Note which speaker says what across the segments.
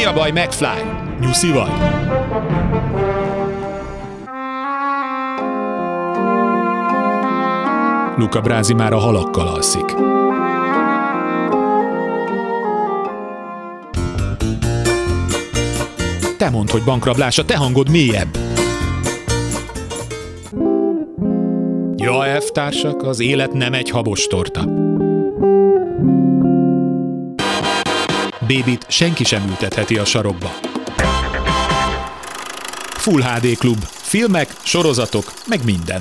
Speaker 1: a baj, McFly? Nyuszi vagy? Luca Brasi már a halakkal alszik. Te mondd, hogy bankrablás, a te hangod mélyebb. Ja, elvtársak, az élet nem egy habos torta. Bébit senki sem ültetheti a sarokba. Full HD Klub. Filmek, sorozatok, meg minden.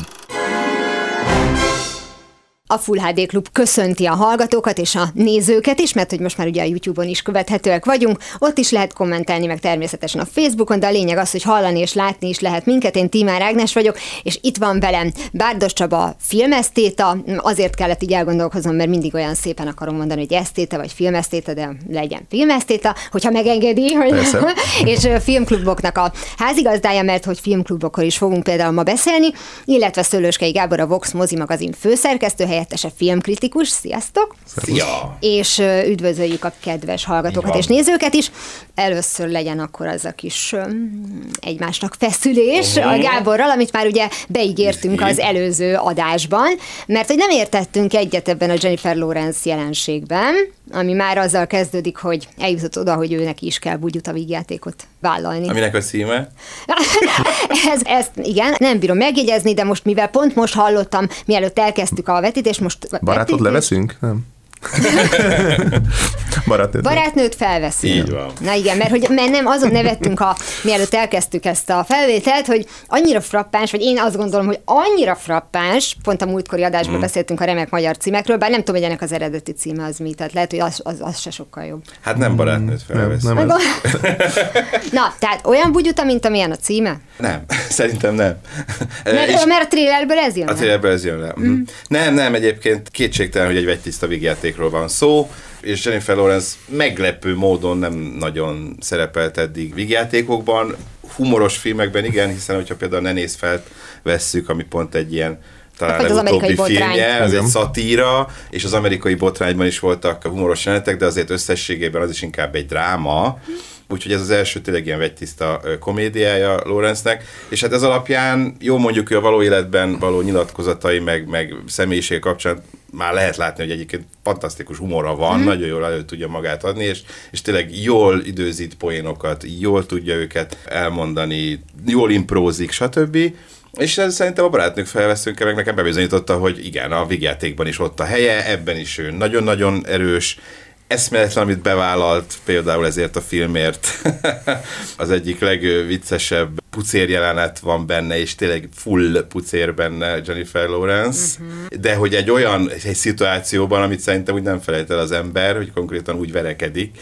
Speaker 2: A Full HD Klub köszönti a hallgatókat és a nézőket is, mert hogy most már ugye a YouTube-on is követhetőek vagyunk, ott is lehet kommentelni, meg természetesen a Facebookon, de a lényeg az, hogy hallani és látni is lehet minket. Én Tímár Ágnes vagyok, és itt van velem Bárdos Csaba, filmesztéta, azért kellett így elgondolkoznom, mert mindig olyan szépen akarom mondani, hogy esztéta vagy filmesztéta, de legyen filmesztéta, hogyha megengedi, hogy és filmkluboknak a házigazdája, mert hogy filmklubokról is fogunk például ma beszélni, illetve Szőlőskei Gábor, a Vox Mozi magazin főszerkesztő, helyettese filmkritikus. Sziasztok!
Speaker 3: Szia!
Speaker 2: És üdvözöljük a kedves hallgatókat és nézőket is. Először legyen akkor az a kis egymásnak feszülés a Gáborral, amit már ugye beígértünk az előző adásban, mert hogy nem értettünk egyet ebben a Jennifer Lawrence jelenségben, ami már azzal kezdődik, hogy eljutott oda, hogy őnek is kell bugyuta vígjátékot vállalni.
Speaker 3: Aminek a címe?
Speaker 2: Ezt igen, nem bírom megjegyezni, de most mivel pont most hallottam, mielőtt elkezdtük a vetítést, most...
Speaker 4: Barátot leveszünk? Nem.
Speaker 2: Barátnőt felveszünk.
Speaker 3: Így van.
Speaker 2: Na igen, mert nem azon nevettünk, mielőtt elkezdtük ezt a felvételt, hogy annyira frappáns, vagy én azt gondolom, hogy annyira frappáns, pont a múltkori adásban beszéltünk a remek magyar címekről, bár nem tudom, hogy ennek az eredeti címe az mi, tehát lehet, hogy az se sokkal jobb.
Speaker 3: Hát nem barátnőt felveszünk.
Speaker 4: Nem
Speaker 2: Na, tehát olyan bugyuta, mint amilyen a címe?
Speaker 3: Nem, szerintem nem.
Speaker 2: Mert a trailerből ez jön
Speaker 3: le? A trailerből ez jön le. Nem, egyébként kétségtelen, hogy egy vegytiszta vígjátékról van szó, és Jennifer Lawrence meglepő módon nem nagyon szerepelt eddig vígjátékokban, humoros filmekben igen, hiszen hogyha például Ne nézz felt vesszük, ami pont egy ilyen talán legutóbbi filmje, az egy szatíra, és az Amerikai Botrányban is voltak humoros jelenetek, de azért összességében az is inkább egy dráma, úgyhogy ez az első tényleg ilyen vegytiszta komédiája Lawrence-nek, és hát ez alapján jó mondjuk, hogy a való életben való nyilatkozatai, meg személyiség kapcsán már lehet látni, hogy egyébként fantasztikus humora van, nagyon jól elő tudja magát adni, és tényleg jól időzít poénokat, jól tudja őket elmondani, jól imprózik, stb. És ez szerintem a barátnők felveszünk, meg nekem bebizonyította, hogy igen, a vígjátékban is ott a helye, ebben is ő nagyon-nagyon erős, eszméletlen, amit bevállalt például ezért a filmért. Az egyik legviccesebb pucér jelenet van benne, és tényleg full pucér benne Jennifer Lawrence, de hogy egy szituációban, amit szerintem úgy nem felejt el az ember, hogy konkrétan úgy verekedik.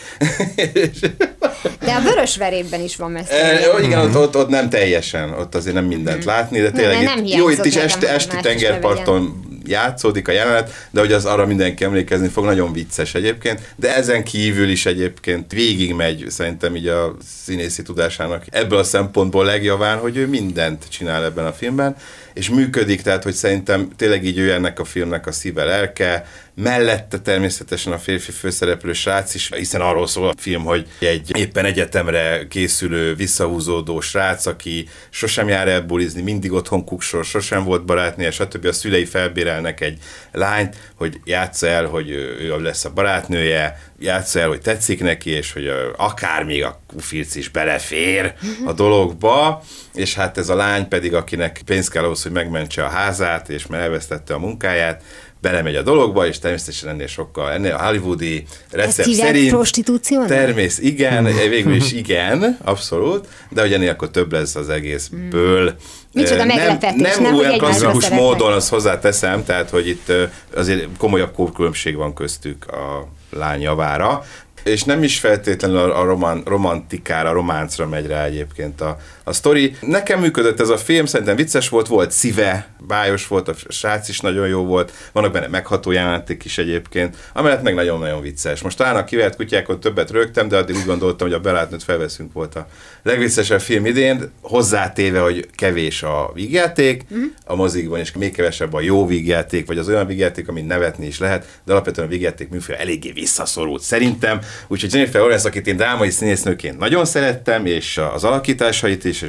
Speaker 2: De a Vörös Verében is van messze.
Speaker 3: Igen, ott nem teljesen, ott azért nem mindent látni, de tényleg itt is esti tengerparton játszódik a jelenet, de hogy az arra mindenki emlékezni fog, nagyon vicces egyébként, de ezen kívül is egyébként végigmegy szerintem így a színészi tudásának ebből a szempontból legjaván, hogy ő mindent csinál ebben a filmben, és működik, tehát hogy szerintem tényleg így ő ennek a filmnek a szíve, lelke, mellette természetesen a férfi főszereplő srác is, hiszen arról szól a film, hogy egy éppen egyetemre készülő, visszahúzódó srác, aki sosem jár el bulizni, mindig otthon kuksor, sosem volt barátnője, stb. A szülei felbérelnek egy lányt, hogy játsza el, hogy ő lesz a barátnője, játsza el, hogy tetszik neki, és hogy akár még a kufirc is belefér a dologba, és hát ez a lány pedig, akinek pénz kell ahhoz, hogy megmentse a házát, és mert elvesztette a munkáját, belemegy a dologba, és természetesen ennél a hollywoodi recept szerint...
Speaker 2: prostitúciónak?
Speaker 3: Igen, végül is igen, abszolút, de hogy ennél akkor több lesz az egészből.
Speaker 2: Micsoda meglepetés,
Speaker 3: nem olyan klasszikus módon, azt hozzáteszem, tehát hogy itt azért komolyabb kórkülönbség van köztük a lány javára, és nem is feltétlenül a romantikára, románcra megy rá egyébként a sztori. Nekem működött ez a film, szerintem vicces volt szíve, bájos volt, a srác is nagyon jó volt, vannak benne megható jelenetek is egyébként, amellett meg nagyon-nagyon vicces. Most talán a Kivert kutyákon többet rögtem, de addig úgy gondoltam, hogy a Barátnőt felveszünk volt a legviccesebb film idén, hozzátéve, hogy kevés a vígjáték, a mozikban is még kevesebb a jó vígjáték, vagy az olyan vígjáték, amit nevetni is lehet, de alapvetően a vígjáték műfaj eléggé visszaszorult szerintem. Úgyhogy Jennifer Lawrence, akit én drámai színésznőként nagyon szerettem, és az alakításait is, és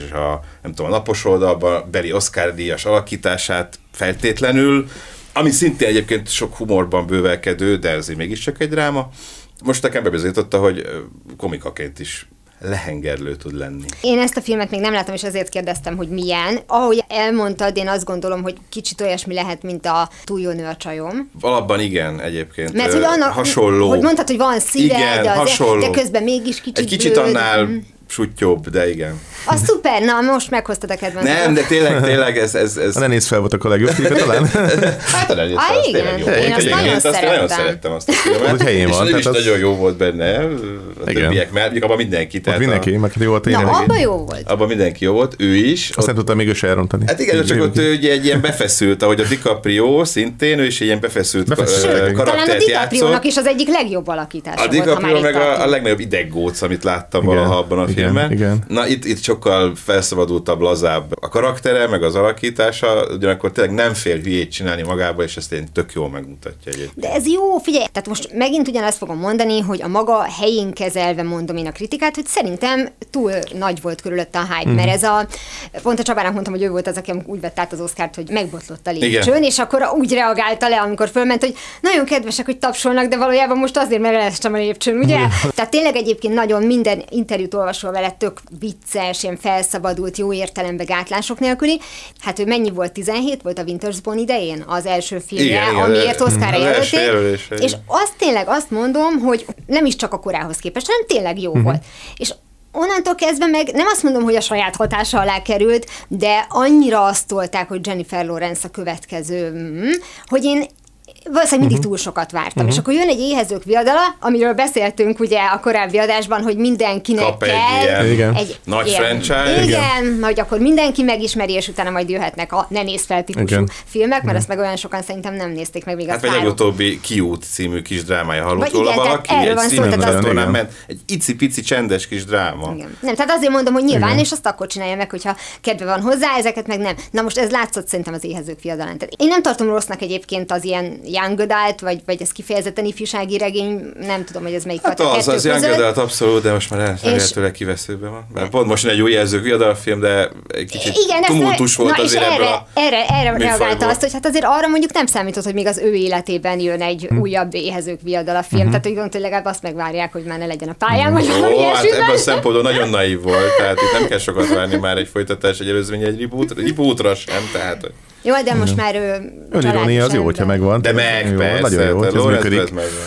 Speaker 3: a Napos Oldalban beli Oscar-díjas alakítását feltétlenül, ami szintén egyébként sok humorban bővelkedő, de azért mégiscsak egy dráma. Most nekem bebizonyította, hogy komikaként is lehengerlő tud lenni.
Speaker 2: Én ezt a filmet még nem láttam, és ezért kérdeztem, hogy milyen. Ahogy elmondtad, én azt gondolom, hogy kicsit olyasmi lehet, mint a Túl jó nő a csajom.
Speaker 3: Alapban igen, egyébként.
Speaker 2: Mert hogy annak,
Speaker 3: hasonló.
Speaker 2: Hogy mondtad, hogy van szíve,
Speaker 3: igen,
Speaker 2: de közben mégis kicsit
Speaker 3: egy kicsit
Speaker 2: bőd.
Speaker 3: annál suttyóbb, de igen.
Speaker 2: A szuper, na most meghoztad a kedvencet.
Speaker 3: Nem, de tényleg ez...
Speaker 4: A Ne nézz fel voltak a legjobb filmet talán.
Speaker 3: Hát a Ne nézz fel, az tényleg jó.
Speaker 2: Én azt nagyon
Speaker 3: szerettem azt a filmet.
Speaker 4: Úgy helyén van.
Speaker 3: És nagyon jó volt benne, a többiek mellett, abban mindenki.
Speaker 4: Mindenki, mert jó volt tényleg.
Speaker 2: Na, abban jó volt.
Speaker 3: Abban mindenki jó volt, ő is.
Speaker 4: Azt nem tudtam még ő se elrontani.
Speaker 3: Hát igen, csak ott ő ugye egy ilyen befeszült, ahogy a DiCaprio szintén, ő is egy ilyen befeszült karaktert
Speaker 2: talán a
Speaker 3: játszott.
Speaker 2: DiCaprio-nak is az egyik legjobb alakítása
Speaker 3: a DiCaprio meg a legnagyobb ideggóc, amit láttam valaha abban a filmben.
Speaker 4: Igen.
Speaker 3: Na itt sokkal felszabadultabb, lazább a karaktere, meg az alakítása, ugyanakkor tényleg nem fél hülyét csinálni magába, és ezt én tök jól megmutatja egyébként.
Speaker 2: De ez jó, figyelj, tehát most megint ugyanazt fogom mondani, hogy a maga helyén kezelve mondom én a kritikát, hogy szerintem túl nagy volt körülötte a hype, mert ez pont a Csabának mondtam, hogy ő volt az, aki úgy vett át az Oscart, hogy megbotlott a lépcsőn, és akkor úgy reagálta le, amikor fölment, hogy nagyon kedvesek, hogy tapsolnak, de valójában most azért, mert elestem a lépcsőn, ugye? Tehát tényleg egyébként nagyon minden interjút olvasol vele, tök vicces, ilyen felszabadult, jó értelemben gátlások nélküli. Hát ő mennyi volt? 17 volt a Wintersbone idején az első filmje, amiért Oscarra jelölték. És azt mondom, hogy nem is csak a korához képest, hanem tényleg jó volt. És onnantól kezdve meg nem azt mondom, hogy a saját hatása alá került, de annyira azt tolták, hogy Jennifer Lawrence a következő, hogy én valószínűleg mindig túl sokat vártam. És akkor jön egy Éhezők viadala, amiről beszéltünk ugye a korábbi adásban, hogy mindenkinek
Speaker 3: kap
Speaker 2: kell
Speaker 3: egy nagy franchise.
Speaker 2: Igen, hogy akkor mindenki megismeri, és utána majd jöhetnek a Ne nézz fel típusú filmek, mert azt meg olyan sokan szerintem nem nézték meg még
Speaker 3: hát
Speaker 2: a sztárok.
Speaker 3: Hát legutóbbi Kiút című kis drámája hallott
Speaker 2: vagy
Speaker 3: róla
Speaker 2: igen,
Speaker 3: valaki,
Speaker 2: erről van szó,
Speaker 3: tehát ment. Egy icipici csendes kis dráma.
Speaker 2: Igen. Nem, tehát azért mondom, hogy nyilván, és azt akkor csinálja meg, hogyha kedve van hozzá, ezeket meg nem. Na most ez látszott szerintem az Éhezők viadalán. Tehát én nem tartom rossznak egyébként az ilyen young adult, vagy ez kifejezetten ifjúsági regény, nem tudom, hogy ez melyik
Speaker 3: hát az young adult abszolút, de most már remélhetőleg kiveszőben van. Mert pont most egy új Éhezők viadalfilm, de egy kicsit tumultus volt azért
Speaker 2: erre reagálta azt, hogy hát azért arra mondjuk nem számított, hogy még az ő életében jön egy újabb Éhezők viadala film, tehát úgy gondolom, hogy legalább azt megvárják, hogy már ne legyen a pályán, vagy valami
Speaker 3: hát ebből a szempontból nagyon naív volt, tehát itt nem kell sokat várni már egy folytatás, egy előzmény, egy rebootra sem, tehát...
Speaker 2: Jó, de most már
Speaker 4: önirónia az jó, hogyha megvan.
Speaker 3: De meg, persze.
Speaker 4: Nagyon jó, hogy ez működik.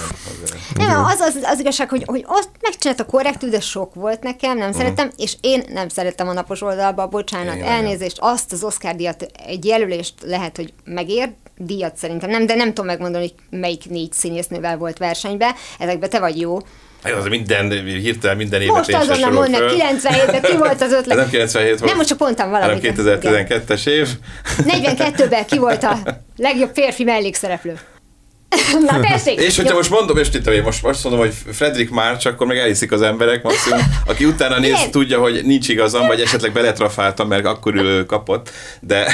Speaker 2: Nem, az igazság, hogy azt megcsinálta korrektül, de sok volt nekem, nem szerettem, és én nem szerettem a Napos Oldalba, bocsánat, elnézést, azt az Oscar-díjat, egy jelölést lehet, hogy megér, díjat szerintem nem, de nem tudom megmondani, hogy melyik 4 színésznővel volt versenybe, ezekben te vagy jó.
Speaker 3: Az hirtelen minden évet
Speaker 2: most azonnal mondnak, 97-ben ki volt az ötlet?
Speaker 3: Nem 97 volt.
Speaker 2: Nem, most csak mondtam valamit.
Speaker 3: Hanem 2012-es év.
Speaker 2: 42-ben ki volt a legjobb férfi mellékszereplő? Na tessék!
Speaker 3: És hogyha most mondom, és itt most mondom, hogy Frederick March, akkor meg elhiszik az emberek maximum, aki utána néz, tudja, hogy nincs igazam, vagy esetleg beletrafáltam, mert akkor ő kapott, de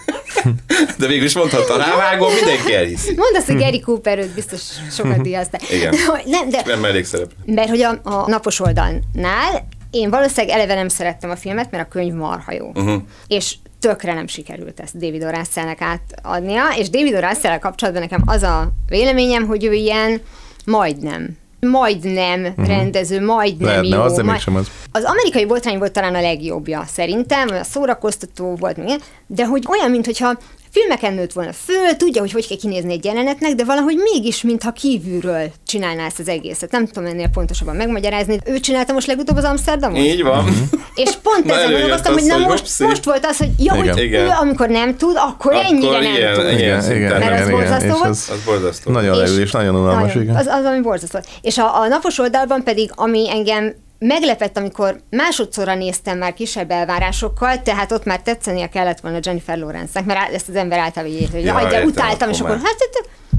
Speaker 3: végül is mondhatta, rávágom, mindenki elhiszi.
Speaker 2: Mondd azt, hogy Gary Cooper, őt biztos sokat díjazta.
Speaker 3: Igen.
Speaker 2: Nem
Speaker 3: mellékszereplő.
Speaker 2: Mert hogy a Napos Oldalnál én valószínűleg eleve nem szerettem a filmet, mert a könyv marha jó. És tökre nem sikerült ezt David O. Russellnek átadnia, és David O. Russell-el kapcsolatban nekem az a véleményem, hogy ő ilyen majdnem rendező, majdnem
Speaker 4: lehetne,
Speaker 2: jó.
Speaker 4: Az, de mégsem az.
Speaker 2: Az Amerikai Botrány volt talán a legjobbja szerintem, a szórakoztató volt, de hogy olyan, mintha filmeken nőtt volna föl, tudja, hogy kell kinézni egy jelenetnek, de valahogy mégis, mintha kívülről csinálná ezt az egészet. Nem tudom ennél pontosabban megmagyarázni. Ő csinálta most legutóbb az Amsterdamot?
Speaker 3: Így van.
Speaker 2: És pont ezen gondolkoztam, hogy na most volt az, hogy hogy ő amikor nem tud, akkor ennyire nem tud.
Speaker 4: Igen,
Speaker 2: mert az borzasztó volt.
Speaker 3: Az borzasztó.
Speaker 4: Nagyon leül és nagyon unalmas, igen.
Speaker 2: Az, ami borzasztó. És a Napos Oldalban pedig, ami engem meglepett, amikor másodszorra néztem már kisebb elvárásokkal, tehát ott már tetszenie kellett volna Jennifer Lawrence-nek, mert ezt az ember általában így, hogy de utáltam, és akkor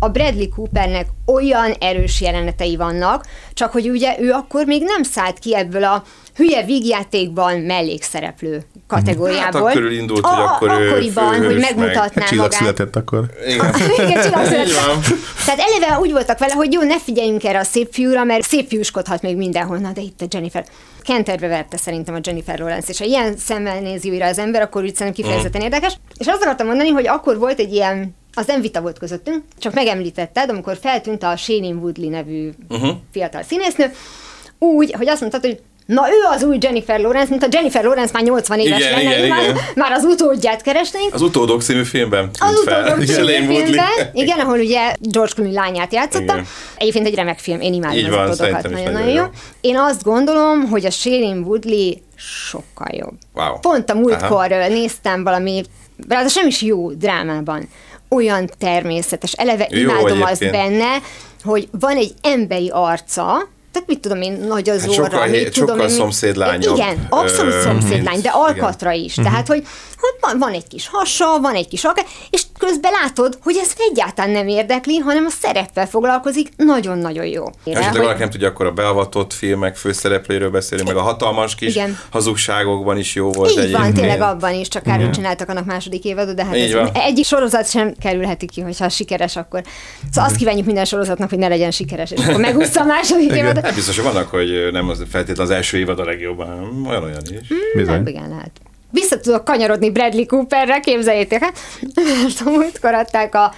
Speaker 2: a Bradley Coopernek olyan erős jelenetei vannak, csak hogy ugye ő akkor még nem szállt ki ebből a hülye vígjátékban mellékszereplő kategóriából.
Speaker 3: Hát akkor indult, hogy akkor
Speaker 2: akkoriban, hogy megmutatná
Speaker 4: Csillag
Speaker 2: magát.
Speaker 4: született akkor.
Speaker 3: Igen,
Speaker 2: Igen, csillag született.
Speaker 3: van.
Speaker 2: Tehát eleve úgy voltak vele, hogy jó, ne figyeljünk erre a szép fiúra, mert szép fiúskodhat még mindenhol. De itt a Jennifer. Kenterbe verte szerintem a Jennifer Lawrence, és ha ilyen szemmel nézi újra az ember, akkor úgy szerintem kifejezetten érdekes. És azt akartam mondani, hogy akkor volt egy ilyen, az nem vita volt közöttünk, csak megemlítetted, amikor feltűnt a Shailene Woodley nevű fiatal színésznő, úgy, hogy azt mondtad, hogy na ő az új Jennifer Lawrence, mint a Jennifer Lawrence már 80 éves lenne, már az utódját keresnénk.
Speaker 3: Az Utódok című filmben tűnt
Speaker 2: az
Speaker 3: fel.
Speaker 2: Utódok című filmben, igen, ahol ugye George Clooney lányát játszotta. Igen. Egyébként egy remek film, én imádom az Utódokat, nagyon jó. Én azt gondolom, hogy a Shailene Woodley sokkal jobb.
Speaker 3: Wow.
Speaker 2: Pont a múltkor néztem valami, ráadásul nem is jó drámában, olyan természetes, eleve imádom azt benne, hogy van egy emberi arca, tehát mit tudom én, nagy az orra,
Speaker 3: sokkal szomszédlányabb.
Speaker 2: Igen, abszolút szomszédlány, de alkatra is. Tehát, hogy van egy kis hasa, van egy kis alka, és közben látod, hogy ez egyáltalán nem érdekli, hanem a szereppel foglalkozik, nagyon-nagyon jó.
Speaker 3: Esetleg valaki nem tudja, akkor a beavatott filmek főszereplőről beszélni, meg a hatalmas kis hazugságokban is jó volt.
Speaker 2: Így van, tényleg abban is, csak kár, hogy csináltak annak második évadot, de hát egyik sorozat sem kerülheti ki, hogyha sikeres, akkor. Szóval azt kívánjuk minden sorozatnak, hogy ne legyen sikeres, és akkor megúszta a második évadot.
Speaker 3: Hát biztos, hogy vannak, hogy nem az feltétlenül az első évad a legjobb, hanem olyan is.
Speaker 2: Nem, igen, lehet. Vissza tudok kanyarodni Bradley Cooperre, képzeljétek el, mert a múltkor adták a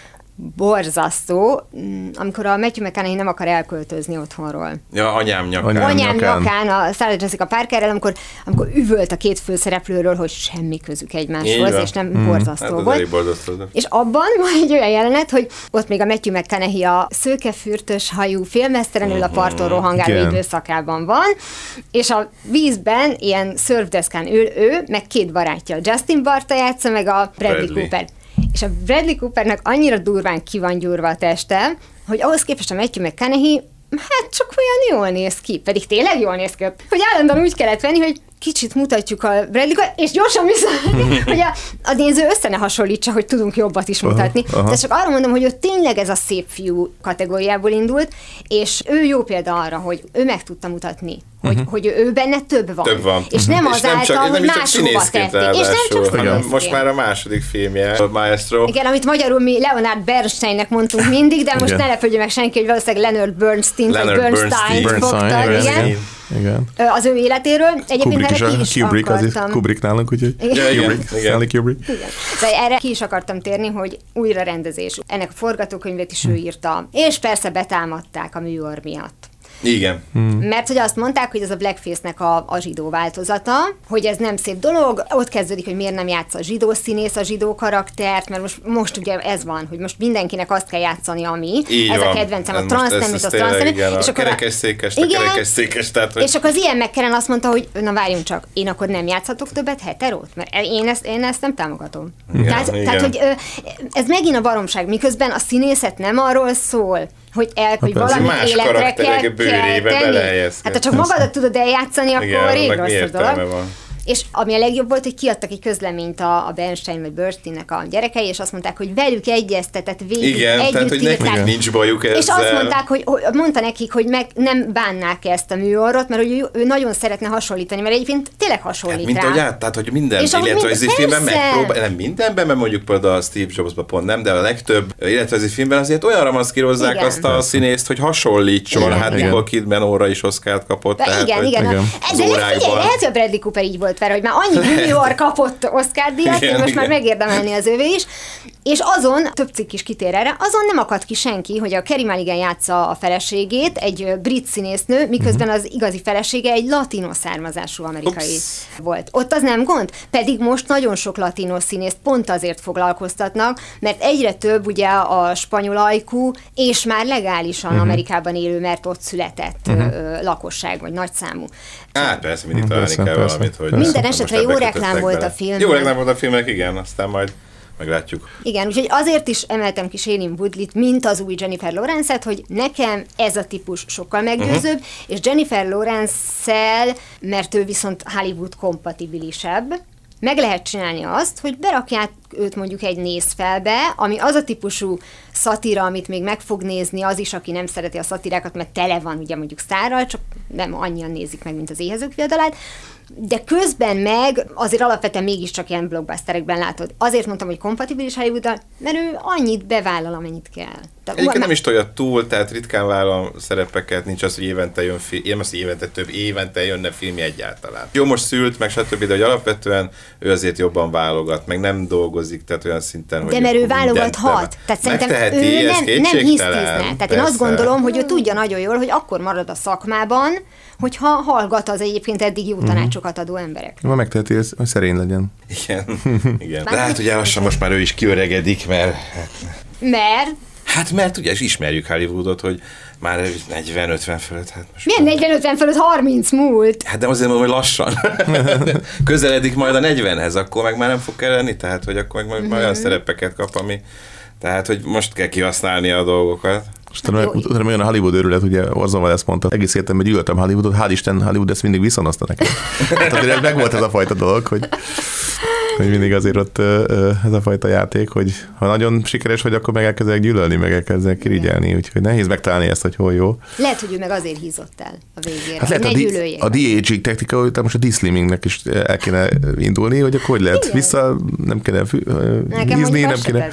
Speaker 2: borzasztó, amikor a Matthew McConaughey nem akar elköltözni otthonról.
Speaker 3: Ja, anyám nyakán.
Speaker 2: Anyám nyakán, a Sarah Jessica Parkerrel, amikor üvölt a két főszereplőről, hogy semmi közük egymáshoz, és nem borzasztó
Speaker 3: hát
Speaker 2: volt. És abban van egy olyan jelenet, hogy ott még a Matthew McConaughey a szőkefürtös hajú félmeztelenül a parton rohangáló időszakában van, és a vízben ilyen szörfdeszkán ül ő, meg két barátja, Justin Barta játsza, meg a Bradley Cooper. És a Bradley Coopernek annyira durván ki van gyúrva a teste, hogy ahhoz képest a Matthew McConaughey hát csak olyan jól néz ki, pedig tényleg jól néz ki, hogy állandóan úgy kellett venni, hogy kicsit mutatjuk a Bradley-t, és gyorsan vissza, hogy a néző össze ne hasonlítsa, hogy tudunk jobbat is mutatni. De csak arra mondom, hogy ő tényleg ez a szép fiú kategóriából indult, és ő jó példa arra, hogy ő meg tudta mutatni, hogy ő benne több van. És nem azáltal, hogy máshova tették. És nem csak színészként.
Speaker 3: Most már a második filmje, a Maestro.
Speaker 2: Igen, amit magyarul mi Leonard Bernsteinnek mondtunk mindig, de most ne lepődjön meg senki, hogy valószínűleg Leonard Bernstein, vagy Bernstein fogta.
Speaker 4: Igen.
Speaker 2: Az ő életéről. Egyébként
Speaker 4: Kubrick, az is Kubrick nálunk, úgyhogy Stanley Kubrick.
Speaker 2: Igen. De erre ki is akartam térni, hogy újrarendezés. Ennek a forgatókönyvét is ő írta. És persze betámadták a műor miatt.
Speaker 3: Igen.
Speaker 2: Mert hogy azt mondták, hogy ez a blackface-nek a zsidó változata, hogy ez nem szép dolog, ott kezdődik, hogy miért nem játsz a zsidó színész a zsidó karaktert, mert most ugye ez van, hogy most mindenkinek azt kell játszani, ami.
Speaker 3: Így
Speaker 2: ez
Speaker 3: van.
Speaker 2: A kedvencem, a transznemű, a transznemű.
Speaker 3: És a kerekesszékes, tehát, hogy...
Speaker 2: És akkor az ilyen McKellen azt mondta, hogy na várjunk csak, én akkor nem játszhatok többet heterót, mert én ezt nem támogatom. Tehát, hogy ez megint a baromság, miközben a színészet nem arról szól, hogy valami életre kell tenni. Hát ha csak magadat tudod eljátszani, akkor rég rossz a dolog. És ami a legjobb volt, hogy kiadtak egy közleményt a Bernstein vagy Bernsteinnek a gyerekei, és azt mondták, hogy velük egyeztetett végig.
Speaker 3: Igen, tehát hogy nekik nincs bajuk ezzel.
Speaker 2: És azt mondták, hogy mondta nekik, hogy nem bánnák ezt a műorrot, mert hogy ő nagyon szeretne hasonlítani, mert egyébként tényleg hasonlít
Speaker 3: mint
Speaker 2: rá.
Speaker 3: Tehát, hogy minden életrajzi filmben megpróbál, nem mindenben, mert mondjuk például a Steve Jobsban pont nem, de a legtöbb életrajzi filmben azért olyanra maszkírozzák azt a színészt, hogy hasonlítson. Hát Nicole Kidman óra is Oscart kapott.
Speaker 2: Igen. De lehet, hogy a Bradley Cooper így volt vele, hogy már annyi junior kapott Oscar-díjat, hogy most már megérdemelni az övé is, és azon, több cikk is kitér erre, azon nem akadt ki senki, hogy a Carey Mulligan játsza a feleségét, egy brit színésznő, miközben az igazi felesége egy latino származású amerikai volt. Ott az nem gond, pedig most nagyon sok latino színészt pont azért foglalkoztatnak, mert egyre több ugye a spanyol ajkú, és már legálisan Amerikában élő, mert ott született lakosság, vagy nagyszámú.
Speaker 3: Hát persze, mindig találni kell valamit, hogy...
Speaker 2: Minden esetre jó reklám volt a film.
Speaker 3: Jó reklám volt a filmnek, igen, aztán majd meglátjuk.
Speaker 2: Igen, úgyhogy azért is emeltem ki Shailene Woodley-t, mint az új Jennifer Lawrence-et, hogy nekem ez a típus sokkal meggyőzőbb, és Jennifer Lawrence-szel, mert ő viszont Hollywood kompatibilisebb, meg lehet csinálni azt, hogy berakják őt mondjuk egy nézfelbe, ami az a típusú szatira, amit még meg fog nézni az is, aki nem szereti a szatirákat, mert tele van ugye mondjuk sztárral, csak nem annyian nézik meg, mint az Éhezők fiadalát, de közben meg azért alapvetően mégiscsak ilyen blockbusterekben látod. Azért mondtam, hogy kompatibilis Hollywooddal, mert ő annyit bevállal, amennyit kell.
Speaker 3: Egyébként nem is tolja túl, tehát ritkán vállal szerepeket, nincs az, hogy évente jön évente jönne filmje egyáltalán. Jó, most szült, meg stb., de hogy alapvetően ő azért jobban válogat, meg nem dolgozik, tehát olyan szinten, hogy...
Speaker 2: De mert ő válogathat. Tehát szerintem ő nem hisztizne. Tehát én azt gondolom, hogy ő tudja nagyon jól, hogy akkor marad a szakmában, hogyha hallgat az egyébként eddig jó tanácsokat adó emberek.
Speaker 4: Ma megteheti, hogy szerény legyen.
Speaker 3: Igen. De hát ugye lassan most már ő is kiöregedik, mert... Mert ugye ismerjük Hollywoodot, hogy már 40-50 fölött. Hát most
Speaker 2: milyen 40-50 fölött 30 múlt?
Speaker 3: Hát de azért mondom, hogy lassan. Közeledik majd a 40-hez, akkor meg már nem fog kelleni, tehát hogy akkor meg majd olyan szerepeket kap, ami... Tehát, hogy most kell kihasználni a dolgokat.
Speaker 4: Utána olyan a Hollywood őrület, ugye Orson ezt mondta, egész életemben gyűlöltem Hollywoodot, hál' Isten Hollywood ezt mindig viszonozta nekem. Hát azért meg volt ez a fajta dolog, hogy mindig azért ott ez a fajta játék, hogy ha nagyon sikeres vagy, akkor meg elkezdek gyűlölni, meg elkezdek kirigyelni, úgyhogy nehéz megtalálni ezt, hogy hol jó.
Speaker 2: Lehet, hogy ő meg azért hízott el a végére.
Speaker 4: Hát lehet a de-aging technika, hogy most a de-slimmingnek is el kéne indulni, hogy akkor hogy lehet vissza, nem kéne hízni, nem kéne...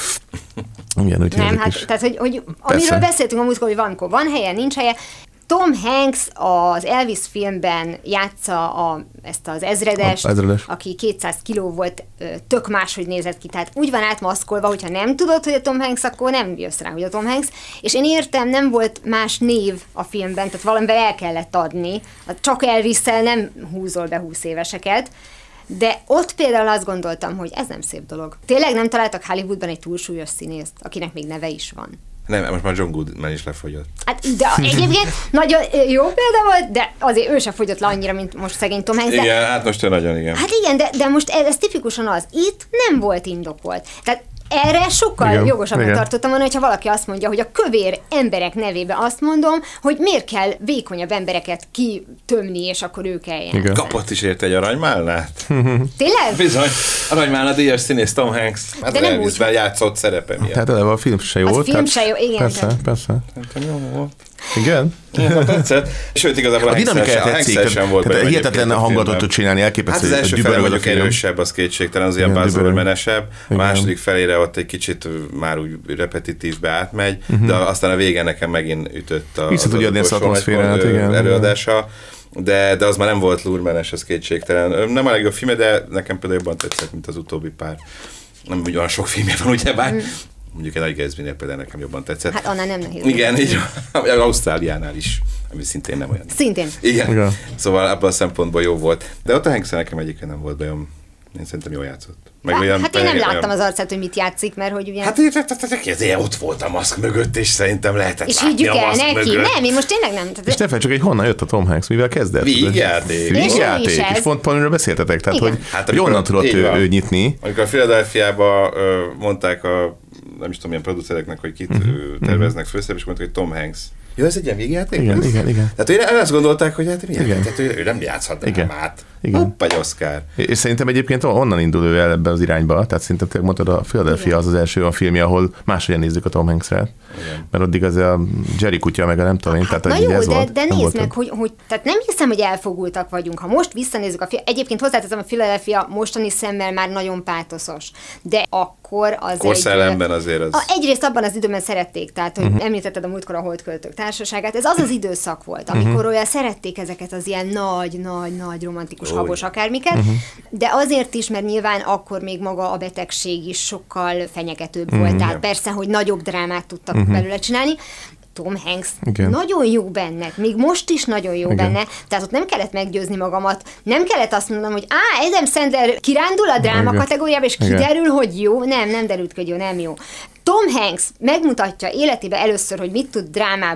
Speaker 4: Igen,
Speaker 2: nem, hát, tehát, hogy amiről beszéltünk a múltkor, hogy van helye, nincs helye. Tom Hanks az Elvis filmben játsza ezt az ezredest, aki 200 kiló volt, tök máshogy nézett ki. Tehát úgy van átmaszkolva, hogyha nem tudod, hogy a Tom Hanks, akkor nem jössz rá, hogy a Tom Hanks. És én értem, nem volt más név a filmben, tehát valamivel el kellett adni. Csak Elvis-szel nem húzol be 20 éveseket. De ott például azt gondoltam, hogy ez nem szép dolog. Tényleg nem találtak Hollywoodban egy túlsúlyos színészt, akinek még neve is van.
Speaker 3: Nem, most már John Goodman is lefogyott.
Speaker 2: Hát, de egyébként nagyon jó példa volt, de azért ő sem fogyott le annyira, mint most szegény Tom Hanks.
Speaker 3: Igen, hát most ő nagyon, igen.
Speaker 2: Hát igen, de most ez tipikusan az. Itt nem volt indokolt. Tehát erre sokkal jogosabban tartottam volna, hogyha valaki azt mondja, hogy a kövér emberek nevében azt mondom, hogy miért kell vékonyabb embereket kitömni, és ő kell játszani.
Speaker 3: Kapott is érte egy aranymálnát?
Speaker 2: Tényleg?
Speaker 3: Bizony. Aranymálna díjas színész Tom Hanks. Hát de nem úgy játszott szerepe miatt.
Speaker 4: Tehát eleve a film se jó.
Speaker 2: A film se jó, igen.
Speaker 4: Persze.
Speaker 3: Jó volt.
Speaker 4: Igen?
Speaker 3: Tetszett. Sőt, igazából a Hanks sem volt benne.
Speaker 4: Hihetetlen hangulatot tud csinálni, elképesztő.
Speaker 3: Hát az első felé mondjuk erősebb, az kétségtelen, az ilyen bázolmennesebb. A második felére ott egy kicsit már úgy repetitívbe átmegy, de aztán a végén nekem megint ütött
Speaker 4: vissza tudja adni ezt az atmoszférát,
Speaker 3: előadása. De az már nem volt lúrmenes, ez kétségtelen. Nem a legjobb filme, de nekem például jobban tetszett, mint az utóbbi pár. Nem úgy olyan sok filmje van, ugyebár. Mondjuk egy Nagy Gatsby-nél például nekem jobban tetszett.
Speaker 2: Hát annál nem nehéz.
Speaker 3: Igen, így Ausztráliánál is, ami szintén nem olyan.
Speaker 2: Szintén.
Speaker 3: Igen. Szóval abban a szempontból jó volt. De ott a Hanks nekem egyébként nem volt bajom. Én szerintem jól játszott.
Speaker 2: Hát én nem láttam az arcát, hogy mit játszik, mert hogy ugye...
Speaker 3: Hát ezért ott volt a maszk mögött, és szerintem lehetett
Speaker 2: és
Speaker 3: látni a maszk
Speaker 2: neki.
Speaker 3: mögött.
Speaker 2: Nem, én most tényleg nem.
Speaker 4: És te fel csak egy honnan jött a Tom Hanks, mivel kezdett?
Speaker 3: Vígjáték.
Speaker 4: És pont amiről beszéltetek, tehát hogy onnan tudott ő nyitni.
Speaker 3: Amikor a Philadelphiában mondták nem is tudom, milyen producereknek, hogy kit terveznek főszerep, és mondták, hogy Tom Hanks. Jó, ez egy ilyen vígjáték?
Speaker 4: Igen.
Speaker 3: Tehát ő azt gondolták, hogy hát milyen? Tehát ő nem játszhat drámát. Hopp, egy Oscar.
Speaker 4: És szerintem egyébként onnan indul ő el ebben az irányba, tehát szerintem te mondtad, a Philadelphia az első olyan filmje, ahol máshogyan nézzük a Tom Hanks-re. Mert addig az a Jerry kutya, meg a nem tudom én.
Speaker 2: Hát, na jó, ez de nézd meg, hogy tehát nem hiszem, hogy elfogultak vagyunk. Ha most visszanézzük egyébként hozzáteszem, a Philadelphia mostani szemmel már nagyon pátoszos. De akkor az
Speaker 3: korszellemben azért az...
Speaker 2: Egyrészt abban az időben szerették, tehát hogy említetted a múltkor a Holdköltők társaságát, ez az időszak volt, amikor olyan szerették ezeket az ilyen nagy romantikus habos akármiket, de azért is, mert nyilván akkor még maga a betegség is sokkal fenyegetőbb volt, tehát persze, hogy nagyobb drámát tudtak belőle csinálni. Tom Hanks nagyon jó benne, még most is nagyon jó benne, tehát ott nem kellett meggyőzni magamat, nem kellett azt mondanom, hogy Adam Sandler kirándul a dráma kategóriába, és kiderül, hogy jó, nem derült ki, hogy jó, nem jó. Tom Hanks megmutatja életében először, hogy mit tud drámában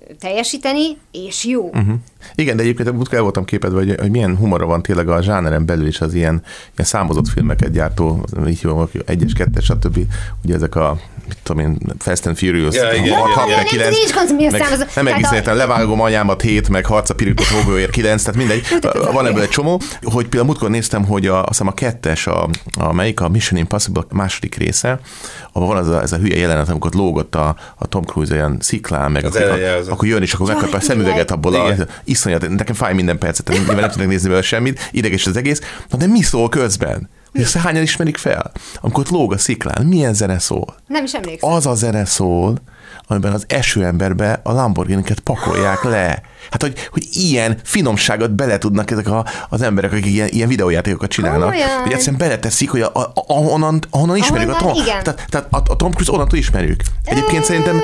Speaker 2: teljesíteni, és jó.
Speaker 4: Igen, de egyébként el voltam képedve, hogy milyen humora van tényleg a zsáneren belül is az ilyen számozott filmeket gyártó, így jó, 1-es, 2-es, stb. Ugye ezek a, mit tudom én, Fast and Furious, 6-9, nem egészen értem, levágom anyámat 7, meg harca pirított hógolyóért 9, tehát mindegy, van ebből egy csomó, hogy például múltkor néztem, hogy azt hiszem a 2-es, melyik a Mission Impossible második része, ahol van ez a hülye jelenet, amikor lógott a Tom Cruise olyan sziklán, meg akkor jön, és akkor megkapja a szemüveget abból iszonyat, nekem fáj minden percet, tehát nem tudnak nézni belőle semmit, ideges az egész, de mi szól közben? Ezt hányan ismerik fel? Amikor ott lóg a sziklán, milyen zene szól?
Speaker 2: Nem is emlékszem.
Speaker 4: Az a zene szól, amiben az esőemberbe a Lamborghini-ket pakolják le. Hát, hogy ilyen finomságot bele tudnak ezek az emberek, akik ilyen videójátékokat csinálnak, hogy egyszerűen beleteszik, hogy ahonnan ismerjük a Tom. Tehát a Tom Cruise onnantól ismerjük. Egyébként szerintem